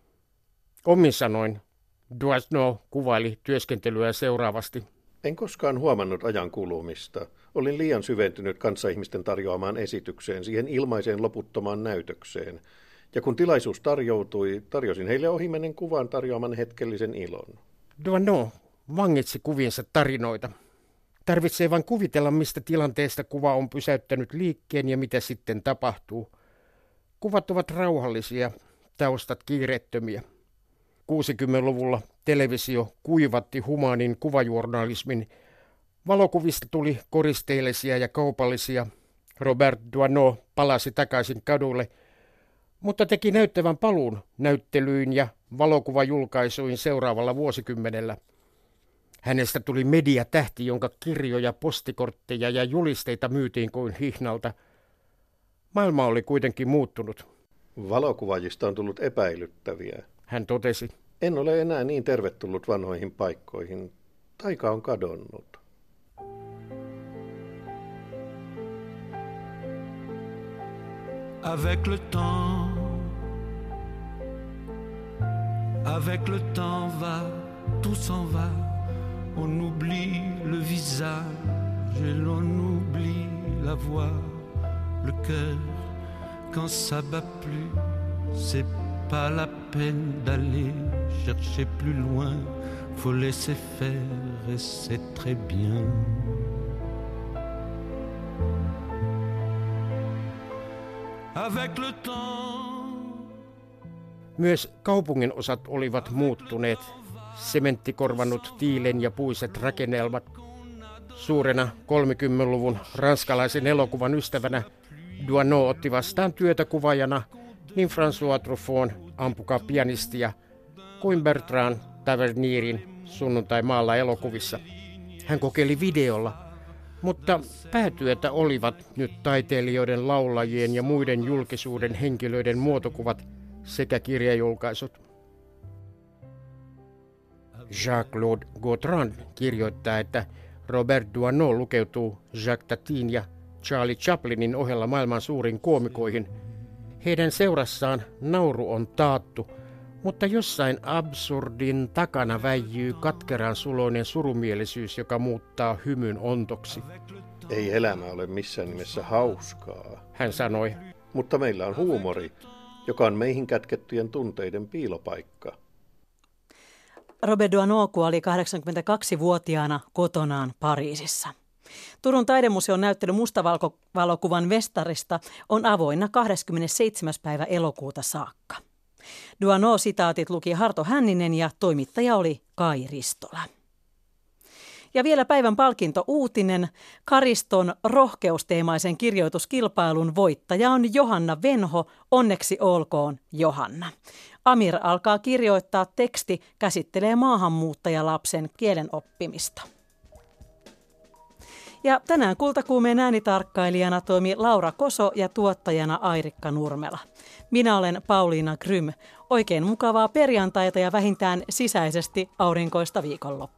Omin sanoin Doisneau kuvaili työskentelyä seuraavasti. En koskaan huomannut ajan kulumista. Olin liian syventynyt kanssaihmisten tarjoamaan esitykseen, siihen ilmaiseen loputtomaan näytökseen. Ja kun tilaisuus tarjoutui, tarjosin heille ohimennen kuvan tarjoaman hetkellisen ilon. Doisneau vangitsi kuviensa tarinoita. Tarvitsee vain kuvitella, mistä tilanteesta kuva on pysäyttänyt liikkeen ja mitä sitten tapahtuu. Kuvat ovat rauhallisia, taustat kiireettömiä. kuusikymmentäluvulla televisio kuivatti humaanin kuvajournalismin. Valokuvista tuli koristeellisia ja kaupallisia. Robert Doisneau palasi takaisin kadulle, mutta teki näyttävän paluun näyttelyin ja valokuvajulkaisuin seuraavalla vuosikymmenellä. Hänestä tuli mediatähti, jonka kirjoja, postikortteja ja julisteita myytiin kuin hihnalta. Maailma oli kuitenkin muuttunut. Valokuvaajista on tullut epäilyttäviä. Hän totesi. En ole enää niin tervetullut vanhoihin paikkoihin. Taika on kadonnut. Avec le temps, avec le temps va, tout s'en va. On oublie le visage et l'on oublie la voix, le cœur, quand ça bat plus, c'est pas la peine d'aller chercher plus loin, faut laisser faire et c'est très bien. Avec le temps. Myös kaupungin osat olivat muuttuneet. sementtikorvannut tiilen ja puiset rakennelmat. Suurena kolmekymmentäluvun ranskalaisen elokuvan ystävänä Doisneau otti vastaan työtä kuvaajana niin François Truffautin Ampukaa pianistia kuin Bertrand Tavernierin Sunnuntai-maalla elokuvissa. Hän kokeili videolla, mutta päätyötä olivat nyt taiteilijoiden, laulajien ja muiden julkisuuden henkilöiden muotokuvat sekä kirjajulkaisut. Jacques-Claude Gaudran kirjoittaa, että Robert Doisneau lukeutuu Jacques Tatin ja Charlie Chaplinin ohella maailman suurin koomikoihin. Heidän seurassaan nauru on taattu, mutta jossain absurdin takana väijyy katkeran suloinen surumielisyys, joka muuttaa hymyn ontoksi. Ei elämä ole missään nimessä hauskaa, hän sanoi. Mutta meillä on huumori, joka on meihin kätkettyjen tunteiden piilopaikka. Robert Doisneau kuoli kahdeksankymmentäkaksivuotiaana kotonaan Pariisissa. Turun taidemuseon näyttely mustavalokuvan Vestarista on avoinna kahdeskymmenesseitsemäs päivä elokuuta saakka. Doisneau-sitaatit luki Harto Hänninen ja toimittaja oli Kai Ristola. Ja vielä päivän palkinto-uutinen. Kariston rohkeusteemaisen kirjoituskilpailun voittaja on Johanna Venho. Onneksi olkoon, Johanna. Amir alkaa kirjoittaa teksti, käsittelee maahanmuuttajalapsen kielen oppimista. Ja tänään Kultakuumeen äänitarkkailijana toimi Laura Koso ja tuottajana Airikka Nurmela. Minä olen Pauliina Grym. Oikein mukavaa perjantaita ja vähintään sisäisesti aurinkoista viikonloppua.